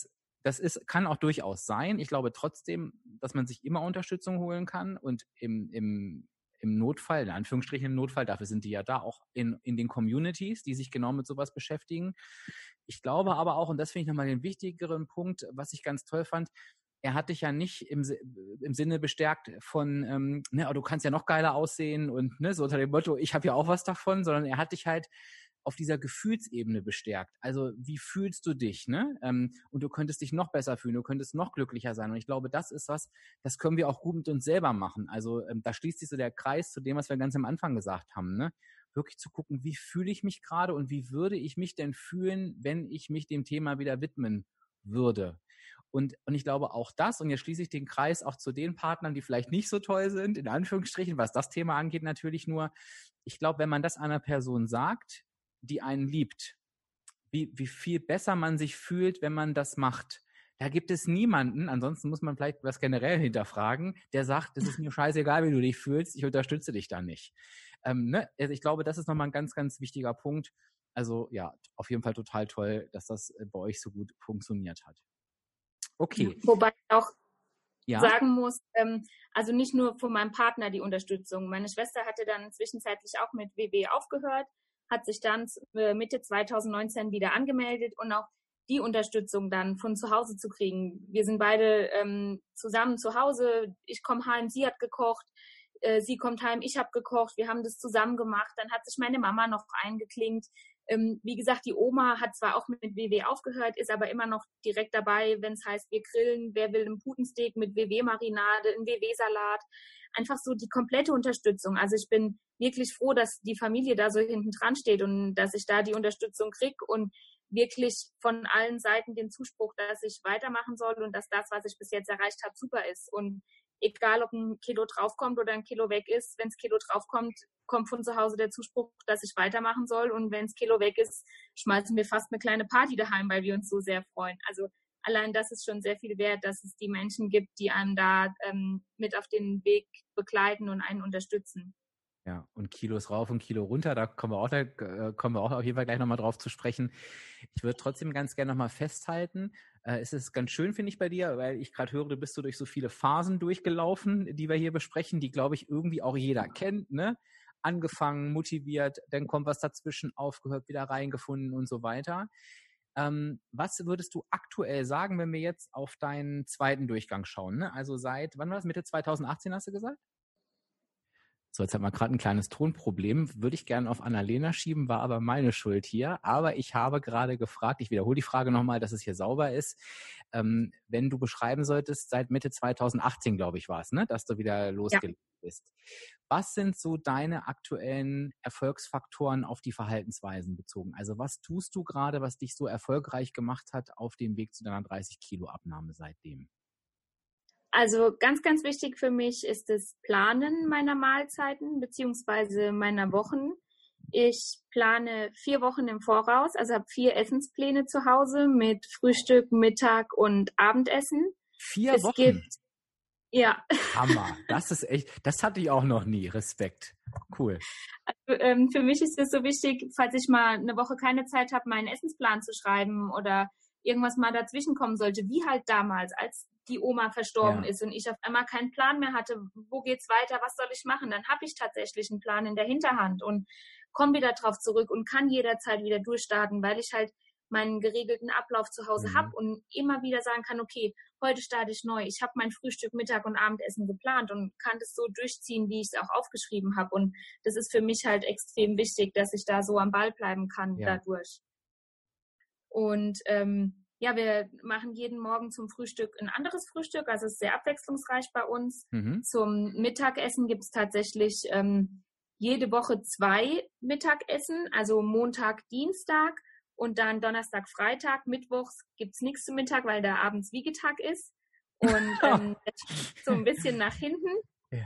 kann auch durchaus sein. Ich glaube trotzdem, dass man sich immer Unterstützung holen kann und im im Notfall, in Anführungsstrichen im Notfall, dafür sind die ja da, auch in den Communities, die sich genau mit sowas beschäftigen. Ich glaube aber auch, und das finde ich nochmal den wichtigeren Punkt, was ich ganz toll fand, er hat dich ja nicht im Sinne bestärkt von, du kannst ja noch geiler aussehen und ne, so unter dem Motto, ich habe ja auch was davon, sondern er hat dich halt auf dieser Gefühlsebene bestärkt. Also wie fühlst du dich, ne? Und du könntest dich noch besser fühlen, du könntest noch glücklicher sein. Und ich glaube, das ist was, das können wir auch gut mit uns selber machen. Also da schließt sich so der Kreis zu dem, was wir ganz am Anfang gesagt haben, ne? Wirklich zu gucken, wie fühle ich mich gerade und wie würde ich mich denn fühlen, wenn ich mich dem Thema wieder widmen würde. Und ich glaube auch das, und jetzt schließe ich den Kreis auch zu den Partnern, die vielleicht nicht so toll sind, in Anführungsstrichen, was das Thema angeht natürlich nur, ich glaube, wenn man das einer Person sagt, die einen liebt, wie viel besser man sich fühlt, wenn man das macht. Da gibt es niemanden, ansonsten muss man vielleicht was generell hinterfragen, der sagt, es ist mir scheißegal, wie du dich fühlst, ich unterstütze dich da nicht. Also ich glaube, das ist nochmal ein ganz, ganz wichtiger Punkt. Also ja, auf jeden Fall total toll, dass das bei euch so gut funktioniert hat. Okay. Wobei ich auch sagen muss, also nicht nur von meinem Partner die Unterstützung. Meine Schwester hatte dann zwischenzeitlich auch mit WW aufgehört, hat sich dann Mitte 2019 wieder angemeldet und auch die Unterstützung dann von zu Hause zu kriegen. Wir sind beide zusammen zu Hause. Ich komme heim, sie hat gekocht. Sie kommt heim, ich habe gekocht. Wir haben das zusammen gemacht. Dann hat sich meine Mama noch eingeklinkt. Wie gesagt, die Oma hat zwar auch mit WW aufgehört, ist aber immer noch direkt dabei, wenn es heißt, wir grillen, wer will einen Putensteak mit WW-Marinade, einen WW-Salat. Einfach so die komplette Unterstützung. Also ich bin wirklich froh, dass die Familie da so hinten dran steht und dass ich da die Unterstützung kriege und wirklich von allen Seiten den Zuspruch, dass ich weitermachen soll und dass das, was ich bis jetzt erreicht habe, super ist. Und egal, ob ein Kilo draufkommt oder ein Kilo weg ist, wenn das Kilo draufkommt, kommt von zu Hause der Zuspruch, dass ich weitermachen soll. Und wenn das Kilo weg ist, schmeißen wir fast eine kleine Party daheim, weil wir uns so sehr freuen. Also allein das ist schon sehr viel wert, dass es die Menschen gibt, die einem da mit auf den Weg begleiten und einen unterstützen. Ja, und Kilos rauf und Kilo runter, da kommen wir auch auf jeden Fall gleich nochmal drauf zu sprechen. Ich würde trotzdem ganz gerne nochmal festhalten, es ist ganz schön, finde ich, bei dir, weil ich gerade höre, du bist so durch so viele Phasen durchgelaufen, die wir hier besprechen, die, glaube ich, irgendwie auch jeder kennt, ne? Angefangen, motiviert, dann kommt was dazwischen, aufgehört, wieder reingefunden und so weiter. Was würdest du aktuell sagen, wenn wir jetzt auf deinen zweiten Durchgang schauen? Ne? Also seit, wann war das? Mitte 2018 hast du gesagt? So, jetzt hat man gerade ein kleines Tonproblem. Würde ich gerne auf Annalena schieben, war aber meine Schuld hier. Aber ich habe gerade gefragt, ich wiederhole die Frage nochmal, dass es hier sauber ist. Wenn du beschreiben solltest, seit Mitte 2018, glaube ich, war es, ne, dass du wieder losgelegt bist. Was sind so deine aktuellen Erfolgsfaktoren auf die Verhaltensweisen bezogen? Also was tust du gerade, was dich so erfolgreich gemacht hat auf dem Weg zu deiner 30-Kilo-Abnahme seitdem? Also ganz, ganz wichtig für mich ist das Planen meiner Mahlzeiten beziehungsweise meiner Wochen. Ich plane 4 Wochen im Voraus, also habe 4 Essenspläne zu Hause mit Frühstück, Mittag und Abendessen. 4 Wochen? Ja. Hammer, das ist echt, das hatte ich auch noch nie. Respekt. Cool. Also, für mich ist es so wichtig, falls ich mal eine Woche keine Zeit habe, meinen Essensplan zu schreiben oder irgendwas mal dazwischen kommen sollte, wie halt damals, als die Oma verstorben ist und ich auf einmal keinen Plan mehr hatte, wo geht's weiter, was soll ich machen, dann habe ich tatsächlich einen Plan in der Hinterhand und komme wieder drauf zurück und kann jederzeit wieder durchstarten, weil ich halt meinen geregelten Ablauf zu Hause habe und immer wieder sagen kann, okay, heute starte ich neu. Ich habe mein Frühstück, Mittag und Abendessen geplant und kann das so durchziehen, wie ich es auch aufgeschrieben habe. Und das ist für mich halt extrem wichtig, dass ich da so am Ball bleiben kann dadurch. Und wir machen jeden Morgen zum Frühstück ein anderes Frühstück. Also es ist sehr abwechslungsreich bei uns. Zum Mittagessen gibt es tatsächlich jede Woche 2 Mittagessen, also Montag, Dienstag und dann Donnerstag, Freitag. Mittwochs gibt es nichts zum Mittag, weil da abends Wiegetag ist. Und so ein bisschen nach hinten. Ja.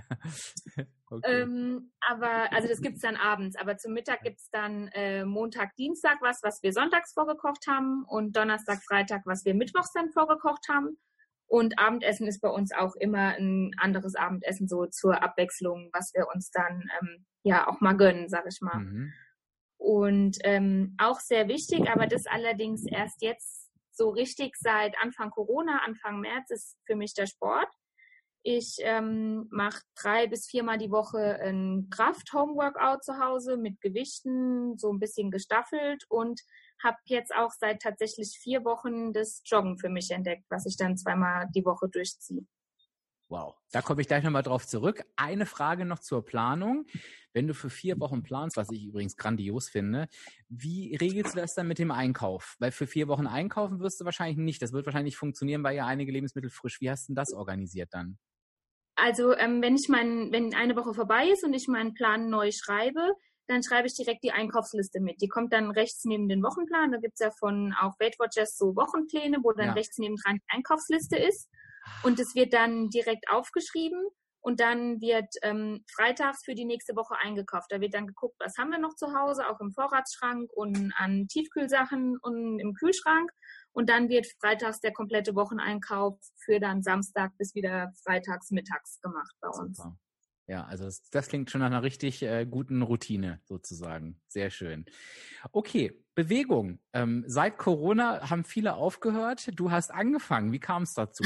Okay. Aber also das gibt es dann abends. Aber zum Mittag gibt es dann Montag, Dienstag was wir sonntags vorgekocht haben und Donnerstag, Freitag, was wir mittwochs dann vorgekocht haben. Und Abendessen ist bei uns auch immer ein anderes Abendessen, so zur Abwechslung, was wir uns dann auch mal gönnen, sag ich mal. Und auch sehr wichtig, aber das allerdings erst jetzt so richtig seit Anfang Corona, Anfang März, ist für mich der Sport. Ich mache 3 bis 4 Mal die Woche ein Kraft-Home-Workout zu Hause mit Gewichten, so ein bisschen gestaffelt und habe jetzt auch seit tatsächlich 4 Wochen das Joggen für mich entdeckt, was ich dann 2 Mal die Woche durchziehe. Wow, da komme ich gleich nochmal drauf zurück. Eine Frage noch zur Planung. Wenn du für 4 Wochen planst, was ich übrigens grandios finde, wie regelst du das dann mit dem Einkauf? Weil für 4 Wochen einkaufen wirst du wahrscheinlich nicht. Das wird wahrscheinlich nicht funktionieren, weil ja einige Lebensmittel frisch. Wie hast du denn das organisiert dann? Also wenn eine Woche vorbei ist und ich meinen Plan neu schreibe, dann schreibe ich direkt die Einkaufsliste mit. Die kommt dann rechts neben den Wochenplan. Da gibt es ja von auch Weight Watchers so Wochenpläne, wo dann rechts nebendran die Einkaufsliste ist. Und es wird dann direkt aufgeschrieben und dann wird freitags für die nächste Woche eingekauft. Da wird dann geguckt, was haben wir noch zu Hause, auch im Vorratsschrank und an Tiefkühlsachen und im Kühlschrank. Und dann wird freitags der komplette Wocheneinkauf für dann Samstag bis wieder freitags mittags gemacht bei uns. Super. Ja, also das klingt schon nach einer richtig guten Routine sozusagen. Sehr schön. Okay, Bewegung. Seit Corona haben viele aufgehört. Du hast angefangen. Wie kam es dazu?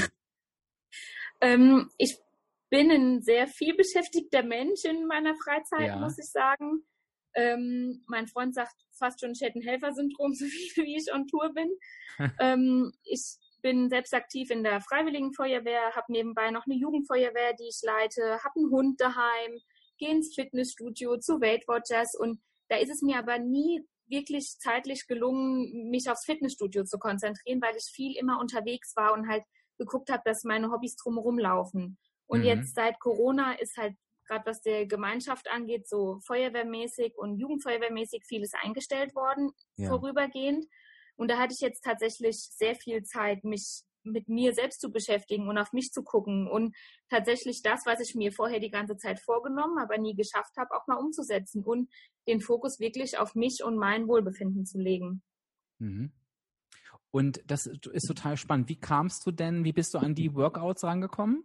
Ich bin ein sehr viel beschäftigter Mensch in meiner Freizeit, muss ich sagen. Mein Freund sagt fast schon, ich hätte ein Helfersyndrom, so wie ich on Tour bin. Ich bin selbst aktiv in der Freiwilligen Feuerwehr, habe nebenbei noch eine Jugendfeuerwehr, die ich leite, habe einen Hund daheim, gehe ins Fitnessstudio zu Weight Watchers und da ist es mir aber nie wirklich zeitlich gelungen, mich aufs Fitnessstudio zu konzentrieren, weil ich viel immer unterwegs war und halt geguckt habe, dass meine Hobbys drumherum laufen. Und jetzt seit Corona ist halt gerade was der Gemeinschaft angeht, so feuerwehrmäßig und jugendfeuerwehrmäßig vieles eingestellt worden, vorübergehend. Und da hatte ich jetzt tatsächlich sehr viel Zeit, mich mit mir selbst zu beschäftigen und auf mich zu gucken und tatsächlich das, was ich mir vorher die ganze Zeit vorgenommen, aber nie geschafft habe, auch mal umzusetzen und den Fokus wirklich auf mich und mein Wohlbefinden zu legen. Mhm. Und das ist total spannend. Wie bist du an die Workouts rangekommen?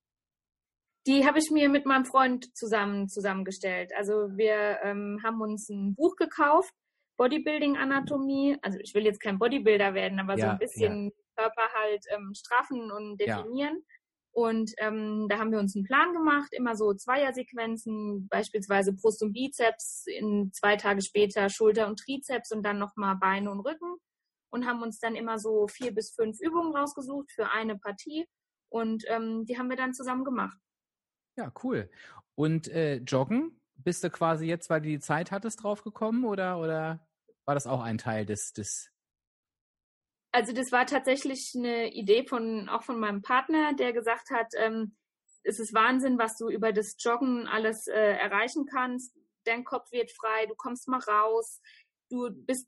Die habe ich mir mit meinem Freund zusammengestellt. Also wir haben uns ein Buch gekauft, Bodybuilding Anatomie. Also ich will jetzt kein Bodybuilder werden, aber so ein bisschen Körper halt straffen und definieren. Und da haben wir uns einen Plan gemacht, immer so Zweiersequenzen, beispielsweise Brust und Bizeps, 2 Tage später Schulter und Trizeps und dann nochmal Beine und Rücken. Und haben uns dann immer so 4 bis 5 Übungen rausgesucht für eine Partie. Und die haben wir dann zusammen gemacht. Ja, cool. Und Joggen, bist du quasi jetzt, weil du die Zeit hattest, drauf gekommen oder war das auch ein Teil des? Also das war tatsächlich eine Idee auch von meinem Partner, der gesagt hat, es ist Wahnsinn, was du über das Joggen alles erreichen kannst. Dein Kopf wird frei, du kommst mal raus, du bist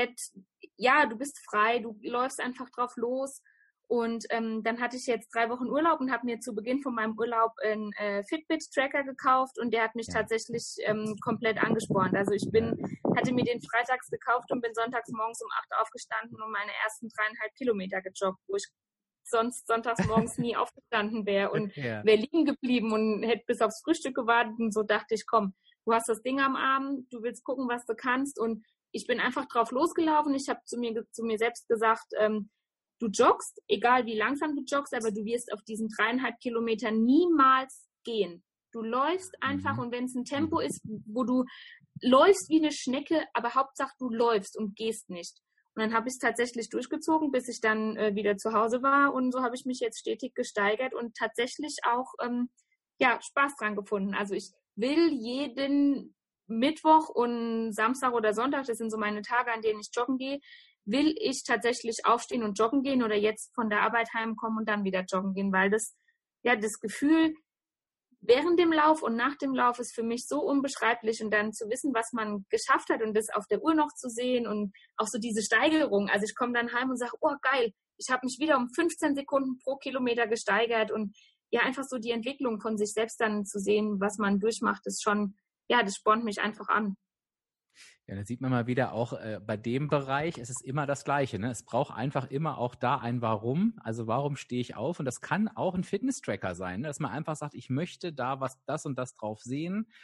du bist frei, du läufst einfach drauf los. Und dann hatte ich jetzt 3 Wochen Urlaub und habe mir zu Beginn von meinem Urlaub einen Fitbit-Tracker gekauft und der hat mich tatsächlich komplett angespornt. Also hatte mir den freitags gekauft und bin sonntags morgens um 8 aufgestanden und meine ersten 3,5 Kilometer gejoggt, wo ich sonst sonntags morgens nie aufgestanden wäre und wäre liegen geblieben und hätte bis aufs Frühstück gewartet. Und so dachte ich, komm, du hast das Ding am Arm, du willst gucken, was du kannst. Und ich bin einfach drauf losgelaufen. Ich habe zu mir selbst gesagt, du joggst, egal wie langsam du joggst, aber du wirst auf diesen 3,5 Kilometern niemals gehen. Du läufst einfach und wenn es ein Tempo ist, wo du läufst wie eine Schnecke, aber Hauptsache du läufst und gehst nicht. Und dann habe ich es tatsächlich durchgezogen, bis ich dann wieder zu Hause war und so habe ich mich jetzt stetig gesteigert und tatsächlich auch Spaß dran gefunden. Also ich will jeden Mittwoch und Samstag oder Sonntag, das sind so meine Tage, an denen ich joggen gehe, will ich tatsächlich aufstehen und joggen gehen oder jetzt von der Arbeit heimkommen und dann wieder joggen gehen, weil das Gefühl während dem Lauf und nach dem Lauf ist für mich so unbeschreiblich und dann zu wissen, was man geschafft hat und das auf der Uhr noch zu sehen und auch so diese Steigerung. Also ich komme dann heim und sage, oh geil, ich habe mich wieder um 15 Sekunden pro Kilometer gesteigert und ja, einfach so die Entwicklung von sich selbst dann zu sehen, was man durchmacht, ist schon, das spornt mich einfach an. Ja, da sieht man mal wieder auch bei dem Bereich, es ist immer das Gleiche. Ne? Es braucht einfach immer auch da ein Warum. Also warum stehe ich auf? Und das kann auch ein Fitness-Tracker sein, ne? Dass man einfach sagt, ich möchte da das und das drauf sehen.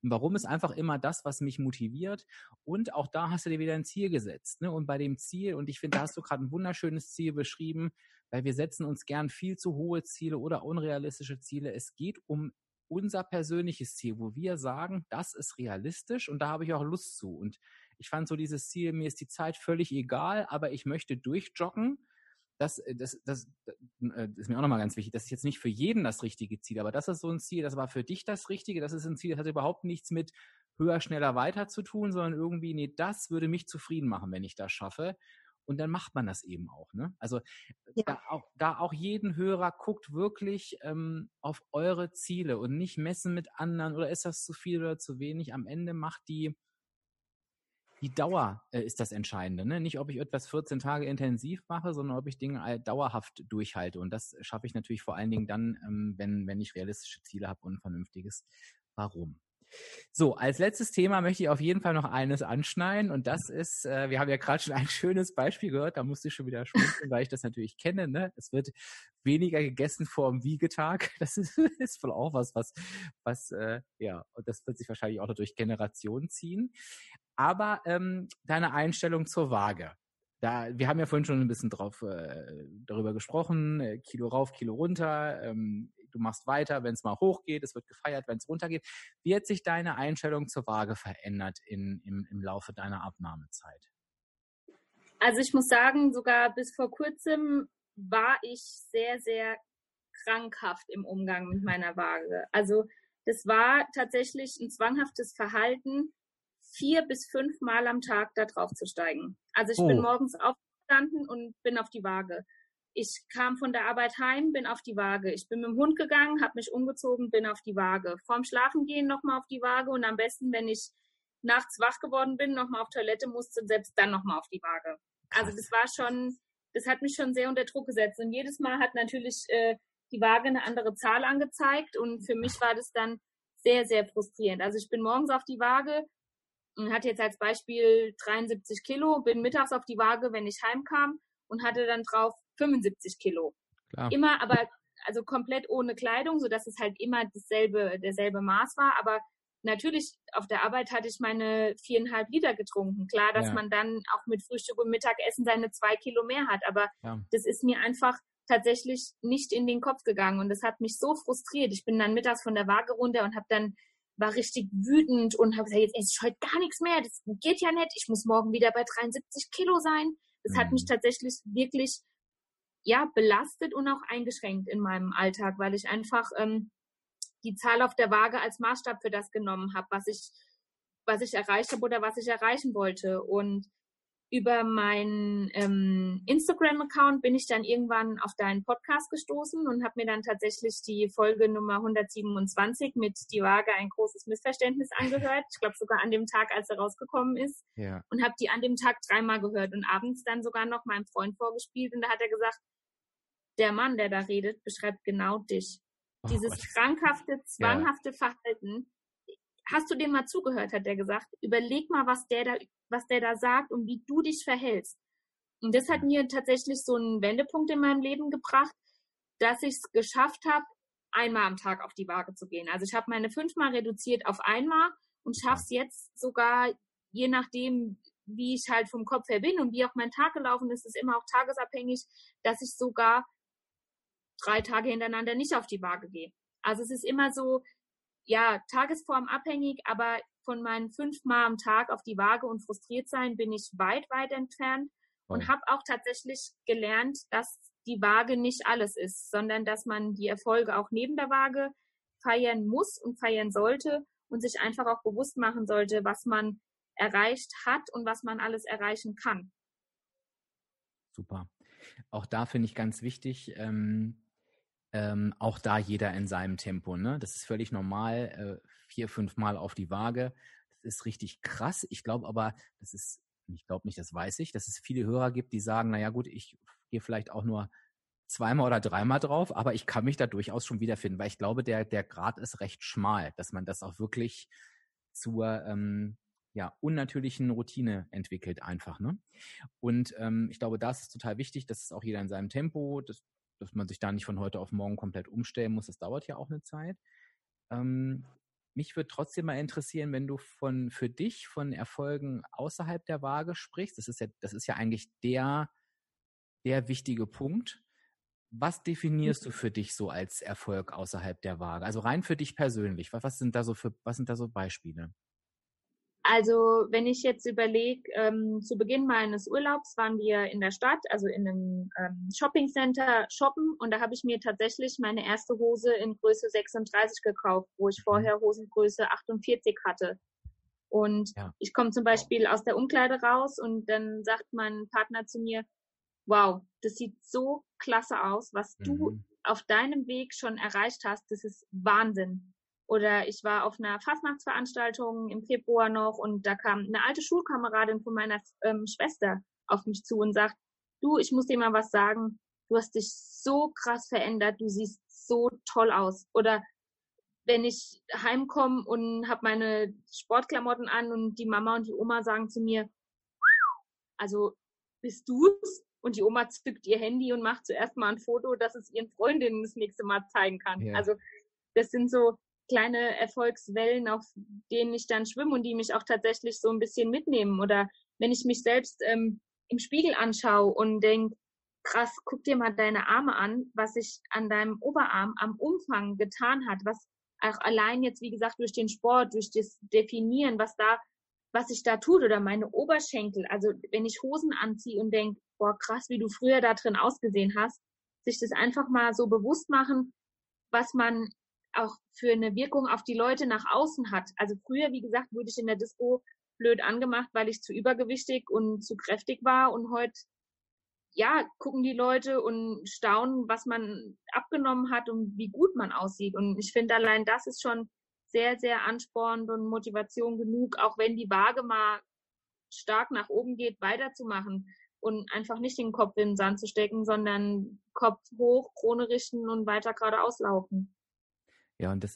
Und warum ist einfach immer das, was mich motiviert. Und auch da hast du dir wieder ein Ziel gesetzt. Ne? Und bei dem Ziel, und ich finde, da hast du gerade ein wunderschönes Ziel beschrieben, weil wir setzen uns gern viel zu hohe Ziele oder unrealistische Ziele. Es geht um unser persönliches Ziel, wo wir sagen, das ist realistisch und da habe ich auch Lust zu. Und ich fand so dieses Ziel, mir ist die Zeit völlig egal, aber ich möchte durchjoggen. Das ist mir auch nochmal ganz wichtig. Das ist jetzt nicht für jeden das richtige Ziel, aber das ist so ein Ziel, das war für dich das Richtige. Das ist ein Ziel, das hat überhaupt nichts mit höher, schneller, weiter zu tun, sondern irgendwie, nee, das würde mich zufrieden machen, wenn ich das schaffe. Und dann macht man das eben auch. Ne? Also Ja. da auch jeden Hörer guckt wirklich auf eure Ziele und nicht messen mit anderen oder ist das zu viel oder zu wenig. Am Ende macht die Dauer ist das Entscheidende. Ne? Nicht, ob ich etwas 14 Tage intensiv mache, sondern ob ich Dinge dauerhaft durchhalte. Und das schaffe ich natürlich vor allen Dingen dann, wenn ich realistische Ziele habe und ein vernünftiges Warum. So, als letztes Thema möchte ich auf jeden Fall noch eines anschneiden und das ist, wir haben ja gerade schon ein schönes Beispiel gehört, da musste ich schon wieder schmunzeln, weil ich das natürlich kenne, ne? Es wird weniger gegessen vor dem Wiegetag, das ist wohl auch was, ja, und das wird sich wahrscheinlich auch noch durch Generationen ziehen, aber deine Einstellung zur Waage. Wir haben ja vorhin schon ein bisschen darüber gesprochen, Kilo rauf, Kilo runter, du machst weiter, wenn es mal hochgeht, es wird gefeiert, wenn es runtergeht. Wie hat sich deine Einstellung zur Waage verändert im Laufe deiner Abnahmezeit? Also ich muss sagen, sogar bis vor kurzem war ich sehr, sehr krankhaft im Umgang mit meiner Waage. Also das war tatsächlich ein zwanghaftes Verhalten, 4 bis 5 Mal am Tag da drauf zu steigen. Also ich bin morgens aufgestanden und bin auf die Waage. Ich kam von der Arbeit heim, bin auf die Waage. Ich bin mit dem Hund gegangen, habe mich umgezogen, bin auf die Waage. Vorm Schlafengehen nochmal auf die Waage und am besten, wenn ich nachts wach geworden bin, nochmal auf Toilette musste, selbst dann nochmal auf die Waage. Also das hat mich schon sehr unter Druck gesetzt. Und jedes Mal hat natürlich die Waage eine andere Zahl angezeigt und für mich war das dann sehr, sehr frustrierend. Also ich bin morgens auf die Waage und hatte jetzt als Beispiel 73 Kilo, bin mittags auf die Waage, wenn ich heimkam und hatte dann drauf 75 Kilo. Klar. Immer aber, also komplett ohne Kleidung, sodass es halt immer derselbe Maß war, aber natürlich auf der Arbeit hatte ich meine 4,5 Liter getrunken. Klar, dass man dann auch mit Frühstück und Mittagessen seine 2 Kilo mehr hat, aber das ist mir einfach tatsächlich nicht in den Kopf gegangen und das hat mich so frustriert. Ich bin dann mittags von der Waage runter und war richtig wütend und habe gesagt, jetzt esse ich heute gar nichts mehr, das geht ja nicht, ich muss morgen wieder bei 73 Kilo sein. Das hat mich tatsächlich wirklich, belastet und auch eingeschränkt in meinem Alltag, weil ich einfach die Zahl auf der Waage als Maßstab für das genommen habe, was ich erreicht habe oder was ich erreichen wollte. Und über meinen Instagram-Account bin ich dann irgendwann auf deinen Podcast gestoßen und habe mir dann tatsächlich die Folge Nummer 127 mit Die Waage, ein großes Missverständnis angehört. Ich glaube sogar an dem Tag, als er rausgekommen ist. Ja. Und habe die an dem Tag 3-mal gehört und abends dann sogar noch meinem Freund vorgespielt. Und da hat er gesagt, der Mann, der da redet, beschreibt genau dich. Dieses krankhafte, zwanghafte Verhalten. Hast du dem mal zugehört, hat er gesagt. Überleg mal, was der da sagt und wie du dich verhältst. Und das hat mir tatsächlich so einen Wendepunkt in meinem Leben gebracht, dass ich es geschafft habe, 1-mal am Tag auf die Waage zu gehen. Also ich habe meine 5-mal reduziert auf 1-mal und schaffe es jetzt sogar, je nachdem, wie ich halt vom Kopf her bin und wie auch mein Tag gelaufen ist, ist immer auch tagesabhängig, dass ich sogar 3 Tage hintereinander nicht auf die Waage gehe. Also es ist immer so, tagesformabhängig, aber von meinen 5-mal am Tag auf die Waage und frustriert sein bin ich weit, weit entfernt und habe auch tatsächlich gelernt, dass die Waage nicht alles ist, sondern dass man die Erfolge auch neben der Waage feiern muss und feiern sollte und sich einfach auch bewusst machen sollte, was man erreicht hat und was man alles erreichen kann. Super. Auch da finde ich ganz wichtig, auch da jeder in seinem Tempo. Ne? Das ist völlig normal, 4-5 Mal auf die Waage. Das ist richtig krass. Ich glaube aber, das weiß ich, dass es viele Hörer gibt, die sagen, naja gut, ich gehe vielleicht auch nur 2-mal oder 3-mal drauf, aber ich kann mich da durchaus schon wiederfinden, weil ich glaube, der Grat ist recht schmal, dass man das auch wirklich zur unnatürlichen Routine entwickelt einfach. Ne? Und ich glaube, das ist total wichtig, dass es auch jeder in seinem Tempo, dass man sich da nicht von heute auf morgen komplett umstellen muss. Das dauert ja auch eine Zeit. mich würde trotzdem mal interessieren, wenn du für dich von Erfolgen außerhalb der Waage sprichst. Das ist ja eigentlich der wichtige Punkt. Was definierst du für dich so als Erfolg außerhalb der Waage? Also rein für dich persönlich. Was sind da so Beispiele? Also wenn ich jetzt überlege, zu Beginn meines Urlaubs waren wir in der Stadt, also in einem Shoppingcenter shoppen, und da habe ich mir tatsächlich meine erste Hose in Größe 36 gekauft, wo ich vorher Hosengröße 48 hatte. Und Ja. ich komme zum Beispiel aus der Umkleide raus und dann sagt mein Partner zu mir: Wow, das sieht so klasse aus, was du auf deinem Weg schon erreicht hast, das ist Wahnsinn. Oder ich war auf einer Fastnachtsveranstaltung im Februar noch, und da kam eine alte Schulkameradin von meiner Schwester auf mich zu und sagt: Du, ich muss dir mal was sagen, du hast dich so krass verändert, du siehst so toll aus. Oder wenn ich heimkomme und habe meine Sportklamotten an und die Mama und die Oma sagen zu mir: Also, bist du's? Und die Oma zückt ihr Handy und macht zuerst mal ein Foto, dass es ihren Freundinnen das nächste Mal zeigen kann. Ja. Also das sind so kleine Erfolgswellen, auf denen ich dann schwimme und die mich auch tatsächlich so ein bisschen mitnehmen. Oder wenn ich mich selbst im Spiegel anschaue und denke: Krass, guck dir mal deine Arme an, was sich an deinem Oberarm am Umfang getan hat, was auch allein jetzt, wie gesagt, durch den Sport, durch das Definieren, was sich da tut, oder meine Oberschenkel. Also wenn ich Hosen anziehe und denke: Boah, krass, wie du früher da drin ausgesehen hast, sich das einfach mal so bewusst machen, was man auch für eine Wirkung auf die Leute nach außen hat. Also früher, wie gesagt, wurde ich in der Disco blöd angemacht, weil ich zu übergewichtig und zu kräftig war, und heute, ja, gucken die Leute und staunen, was man abgenommen hat und wie gut man aussieht. Und ich finde, allein das ist schon sehr, sehr anspornend und Motivation genug, auch wenn die Waage mal stark nach oben geht, weiterzumachen und einfach nicht den Kopf in den Sand zu stecken, sondern Kopf hoch, Krone richten und weiter geradeaus laufen. Ja, und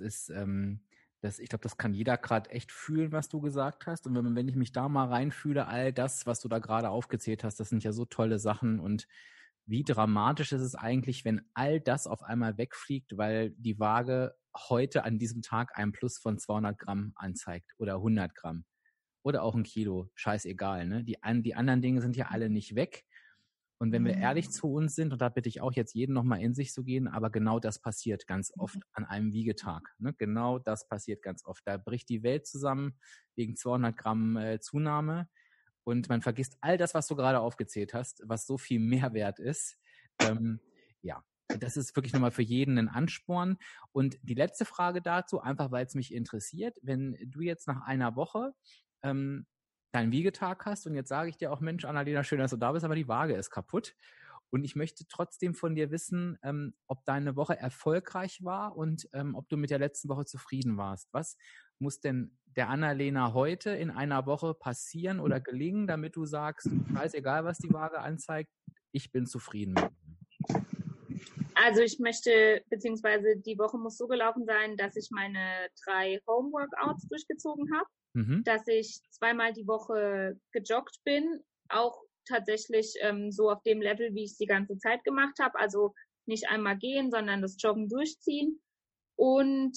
ich glaube, das kann jeder gerade echt fühlen, was du gesagt hast. Und wenn ich mich da mal reinfühle, all das, was du da gerade aufgezählt hast, das sind ja so tolle Sachen. Und wie dramatisch ist es eigentlich, wenn all das auf einmal wegfliegt, weil die Waage heute an diesem Tag einen Plus von 200 Gramm anzeigt oder 100 Gramm oder auch ein Kilo, scheißegal. Ne? Die anderen Dinge sind ja alle nicht weg. Und wenn wir ehrlich zu uns sind, und da bitte ich auch jetzt jeden nochmal in sich zu gehen, aber genau das passiert ganz oft an einem Wiegetag. Ne? Genau das passiert ganz oft. Da bricht die Welt zusammen wegen 200 Gramm Zunahme, und man vergisst all das, was du gerade aufgezählt hast, was so viel Mehrwert ist. Ja, das ist wirklich nochmal für jeden ein Ansporn. Und die letzte Frage dazu, einfach weil es mich interessiert: Wenn du jetzt nach einer Woche deinen Wiegetag hast, und jetzt sage ich dir auch: Mensch, Annalena, schön, dass du da bist, aber die Waage ist kaputt. Und ich möchte trotzdem von dir wissen, ob deine Woche erfolgreich war und ob du mit der letzten Woche zufrieden warst. Was muss denn der Annalena heute in einer Woche passieren oder gelingen, damit du sagst: Scheißegal, was die Waage anzeigt, ich bin zufrieden mit mir? Also ich möchte, beziehungsweise die Woche muss so gelaufen sein, dass ich meine 3 Home-Workouts durchgezogen habe, dass ich 2-mal die Woche gejoggt bin, auch tatsächlich so auf dem Level, wie ich es die ganze Zeit gemacht habe, also nicht einmal gehen, sondern das Joggen durchziehen. Und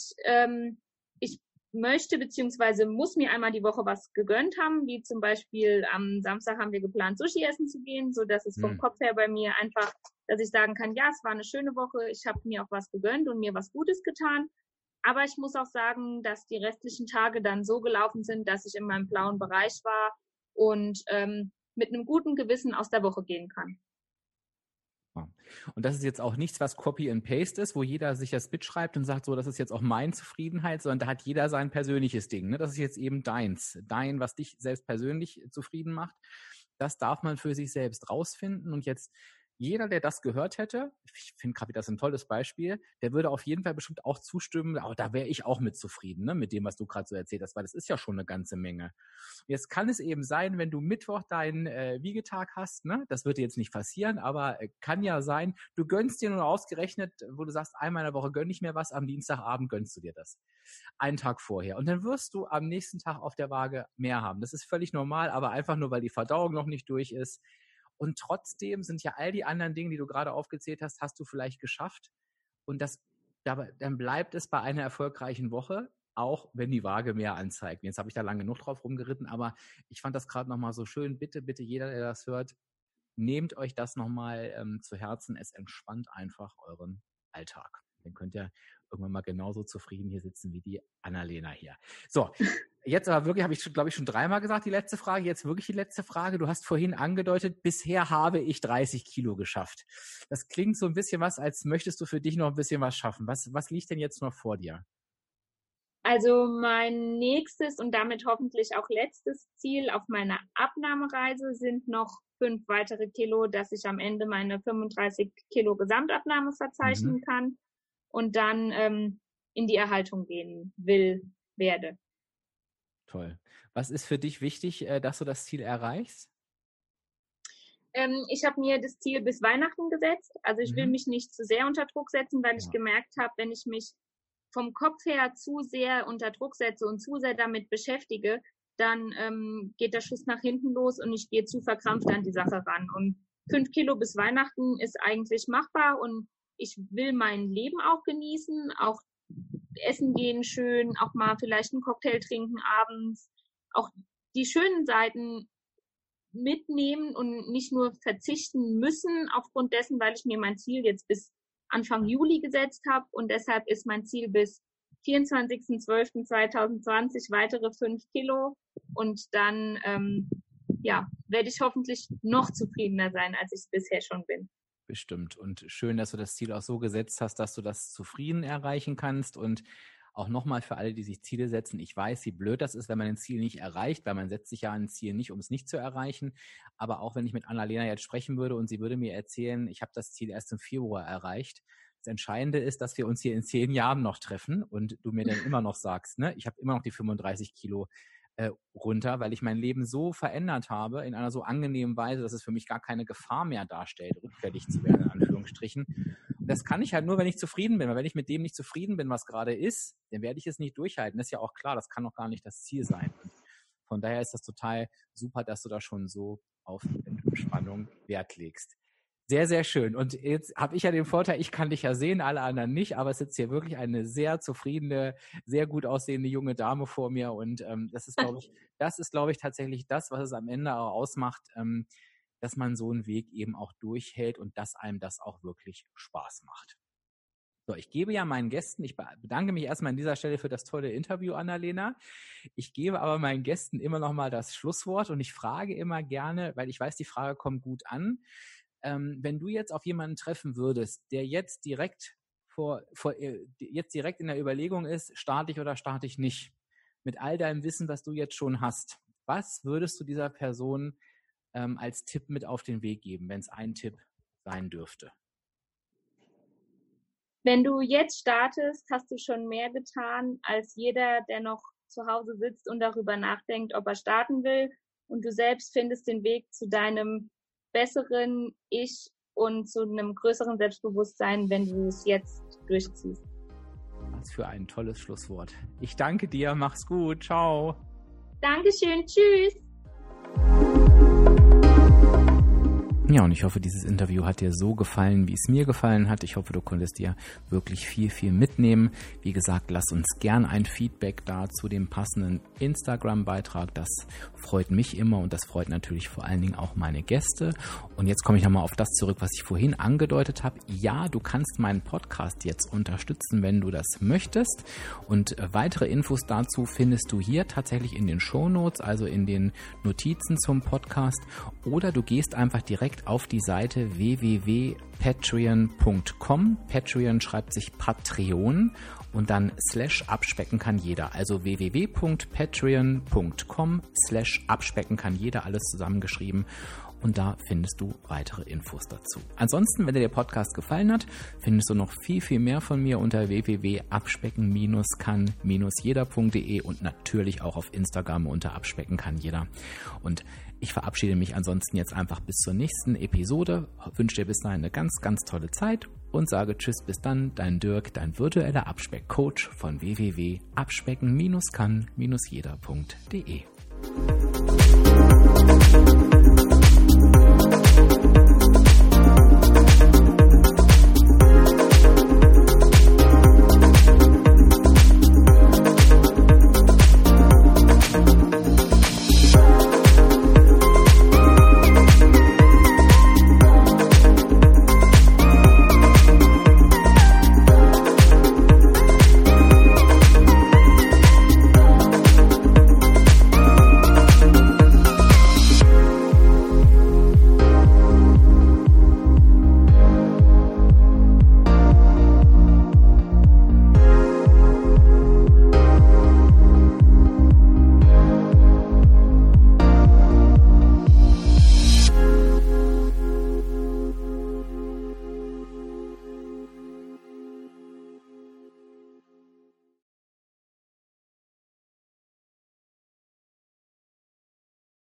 ich möchte, beziehungsweise muss mir einmal die Woche was gegönnt haben, wie zum Beispiel am Samstag haben wir geplant, Sushi essen zu gehen, so dass es vom Kopf her bei mir einfach, dass ich sagen kann: Ja, es war eine schöne Woche, ich habe mir auch was gegönnt und mir was Gutes getan. Aber ich muss auch sagen, dass die restlichen Tage dann so gelaufen sind, dass ich in meinem blauen Bereich war und mit einem guten Gewissen aus der Woche gehen kann. Und das ist jetzt auch nichts, was Copy and Paste ist, wo jeder sich das mitschreibt und sagt: So, das ist jetzt auch meine Zufriedenheit, sondern da hat jeder sein persönliches Ding. Ne? Das ist jetzt eben deins. Was dich selbst persönlich zufrieden macht. Das darf man für sich selbst rausfinden. Und jetzt jeder, der das gehört hätte, ich finde gerade, das ist ein tolles Beispiel, der würde auf jeden Fall bestimmt auch zustimmen: Aber da wäre ich auch mit zufrieden, ne, mit dem, was du gerade so erzählt hast, weil das ist ja schon eine ganze Menge. Jetzt kann es eben sein, wenn du Mittwoch deinen Wiegetag hast, ne, das wird dir jetzt nicht passieren, aber kann ja sein, du gönnst dir nur ausgerechnet, wo du sagst: Einmal in der Woche gönn ich mir was, am Dienstagabend gönnst du dir das. Einen Tag vorher. Und dann wirst du am nächsten Tag auf der Waage mehr haben. Das ist völlig normal, aber einfach nur, weil die Verdauung noch nicht durch ist. Und trotzdem sind ja all die anderen Dinge, die du gerade aufgezählt hast, hast du vielleicht geschafft. Und dann bleibt es bei einer erfolgreichen Woche. auch wenn die Waage mehr anzeigt. Jetzt habe ich da lange genug drauf rumgeritten, aber ich fand das gerade nochmal so schön. Bitte, bitte jeder, der das hört, nehmt euch das nochmal zu Herzen. Es entspannt einfach euren Alltag. Dann könnt ihr irgendwann mal genauso zufrieden hier sitzen wie die Annalena hier. So, jetzt aber wirklich, habe ich, glaube ich, schon 3-mal gesagt, die letzte Frage. Jetzt wirklich die letzte Frage. Du hast vorhin angedeutet, bisher habe ich 30 Kilo geschafft. Das klingt so ein bisschen was, als möchtest du für dich noch ein bisschen was schaffen. Was liegt denn jetzt noch vor dir? Also mein nächstes und damit hoffentlich auch letztes Ziel auf meiner Abnahmereise sind noch 5 weitere Kilo, dass ich am Ende meine 35 Kilo Gesamtabnahme verzeichnen kann und dann in die Erhaltung gehen werde. Toll. Was ist für dich wichtig, dass du das Ziel erreichst? Ich habe mir das Ziel bis Weihnachten gesetzt. Also ich will mich nicht zu sehr unter Druck setzen, weil ich gemerkt habe, wenn ich mich vom Kopf her zu sehr unter Druck setze und zu sehr damit beschäftige, dann geht der Schuss nach hinten los und ich gehe zu verkrampft an die Sache ran. Und 5 Kilo bis Weihnachten ist eigentlich machbar und ich will mein Leben auch genießen, auch essen gehen schön, auch mal vielleicht einen Cocktail trinken abends, auch die schönen Seiten mitnehmen und nicht nur verzichten müssen aufgrund dessen, weil ich mir mein Ziel jetzt bis Anfang Juli gesetzt habe und deshalb ist mein Ziel bis 24.12.2020 weitere 5 Kilo und dann werde ich hoffentlich noch zufriedener sein, als ich es bisher schon bin. Bestimmt. Und schön, dass du das Ziel auch so gesetzt hast, dass du das zufrieden erreichen kannst. Und auch nochmal für alle, die sich Ziele setzen, ich weiß, wie blöd das ist, wenn man ein Ziel nicht erreicht, weil man setzt sich ja ein Ziel nicht, um es nicht zu erreichen. Aber auch wenn ich mit Annalena jetzt sprechen würde und sie würde mir erzählen, ich habe das Ziel erst im Februar erreicht. Das Entscheidende ist, dass wir uns hier in 10 Jahren noch treffen und du mir dann immer noch sagst, ne, ich habe immer noch die 35 Kilo runter, weil ich mein Leben so verändert habe, in einer so angenehmen Weise, dass es für mich gar keine Gefahr mehr darstellt, rückfällig zu werden, in Anführungsstrichen. Und das kann ich halt nur, wenn ich zufrieden bin, weil wenn ich mit dem nicht zufrieden bin, was gerade ist, dann werde ich es nicht durchhalten. Das ist ja auch klar, das kann doch gar nicht das Ziel sein. Und von daher ist das total super, dass du da schon so auf Entspannung Wert legst. Sehr, sehr schön. Und jetzt habe ich ja den Vorteil, ich kann dich ja sehen, alle anderen nicht, aber es sitzt hier wirklich eine sehr zufriedene, sehr gut aussehende junge Dame vor mir. Und das ist, glaube ich, tatsächlich das, was es am Ende auch ausmacht, dass man so einen Weg eben auch durchhält und dass einem das auch wirklich Spaß macht. So, ich gebe ja meinen Gästen, ich bedanke mich erstmal an dieser Stelle für das tolle Interview, Annalena. Ich gebe aber meinen Gästen immer noch mal das Schlusswort und ich frage immer gerne, weil ich weiß, die Frage kommt gut an, wenn du jetzt auf jemanden treffen würdest, der jetzt direkt direkt in der Überlegung ist, starte ich oder starte ich nicht, mit all deinem Wissen, was du jetzt schon hast, was würdest du dieser Person als Tipp mit auf den Weg geben, wenn es ein Tipp sein dürfte? Wenn du jetzt startest, hast du schon mehr getan als jeder, der noch zu Hause sitzt und darüber nachdenkt, ob er starten will. Und du selbst findest den Weg zu deinem besseren Ich und zu einem größeren Selbstbewusstsein, wenn du es jetzt durchziehst. Was für ein tolles Schlusswort. Ich danke dir, mach's gut, ciao. Dankeschön, tschüss. Ja, und ich hoffe, dieses Interview hat dir so gefallen, wie es mir gefallen hat. Ich hoffe, du konntest dir wirklich viel, viel mitnehmen. Wie gesagt, lass uns gern ein Feedback da zu dem passenden Instagram-Beitrag. Das freut mich immer und das freut natürlich vor allen Dingen auch meine Gäste. Und jetzt komme ich nochmal auf das zurück, was ich vorhin angedeutet habe. Ja, du kannst meinen Podcast jetzt unterstützen, wenn du das möchtest. Und weitere Infos dazu findest du hier tatsächlich in den Shownotes, also in den Notizen zum Podcast. Oder du gehst einfach direkt auf die Seite www.patreon.com. Patreon schreibt sich Patreon und dann /abspecken kann jeder. Also www.patreon.com/abspecken kann jeder, alles zusammengeschrieben. Und da findest du weitere Infos dazu. Ansonsten, wenn dir der Podcast gefallen hat, findest du noch viel, viel mehr von mir unter www.abspecken-kann-jeder.de und natürlich auch auf Instagram unter Abspecken kann jeder. Und ich verabschiede mich ansonsten jetzt einfach bis zur nächsten Episode, wünsche dir bis dahin eine ganz, ganz tolle Zeit und sage Tschüss, bis dann, dein Dirk, dein virtueller Abspeck-Coach von www.abspecken-kann-jeder.de.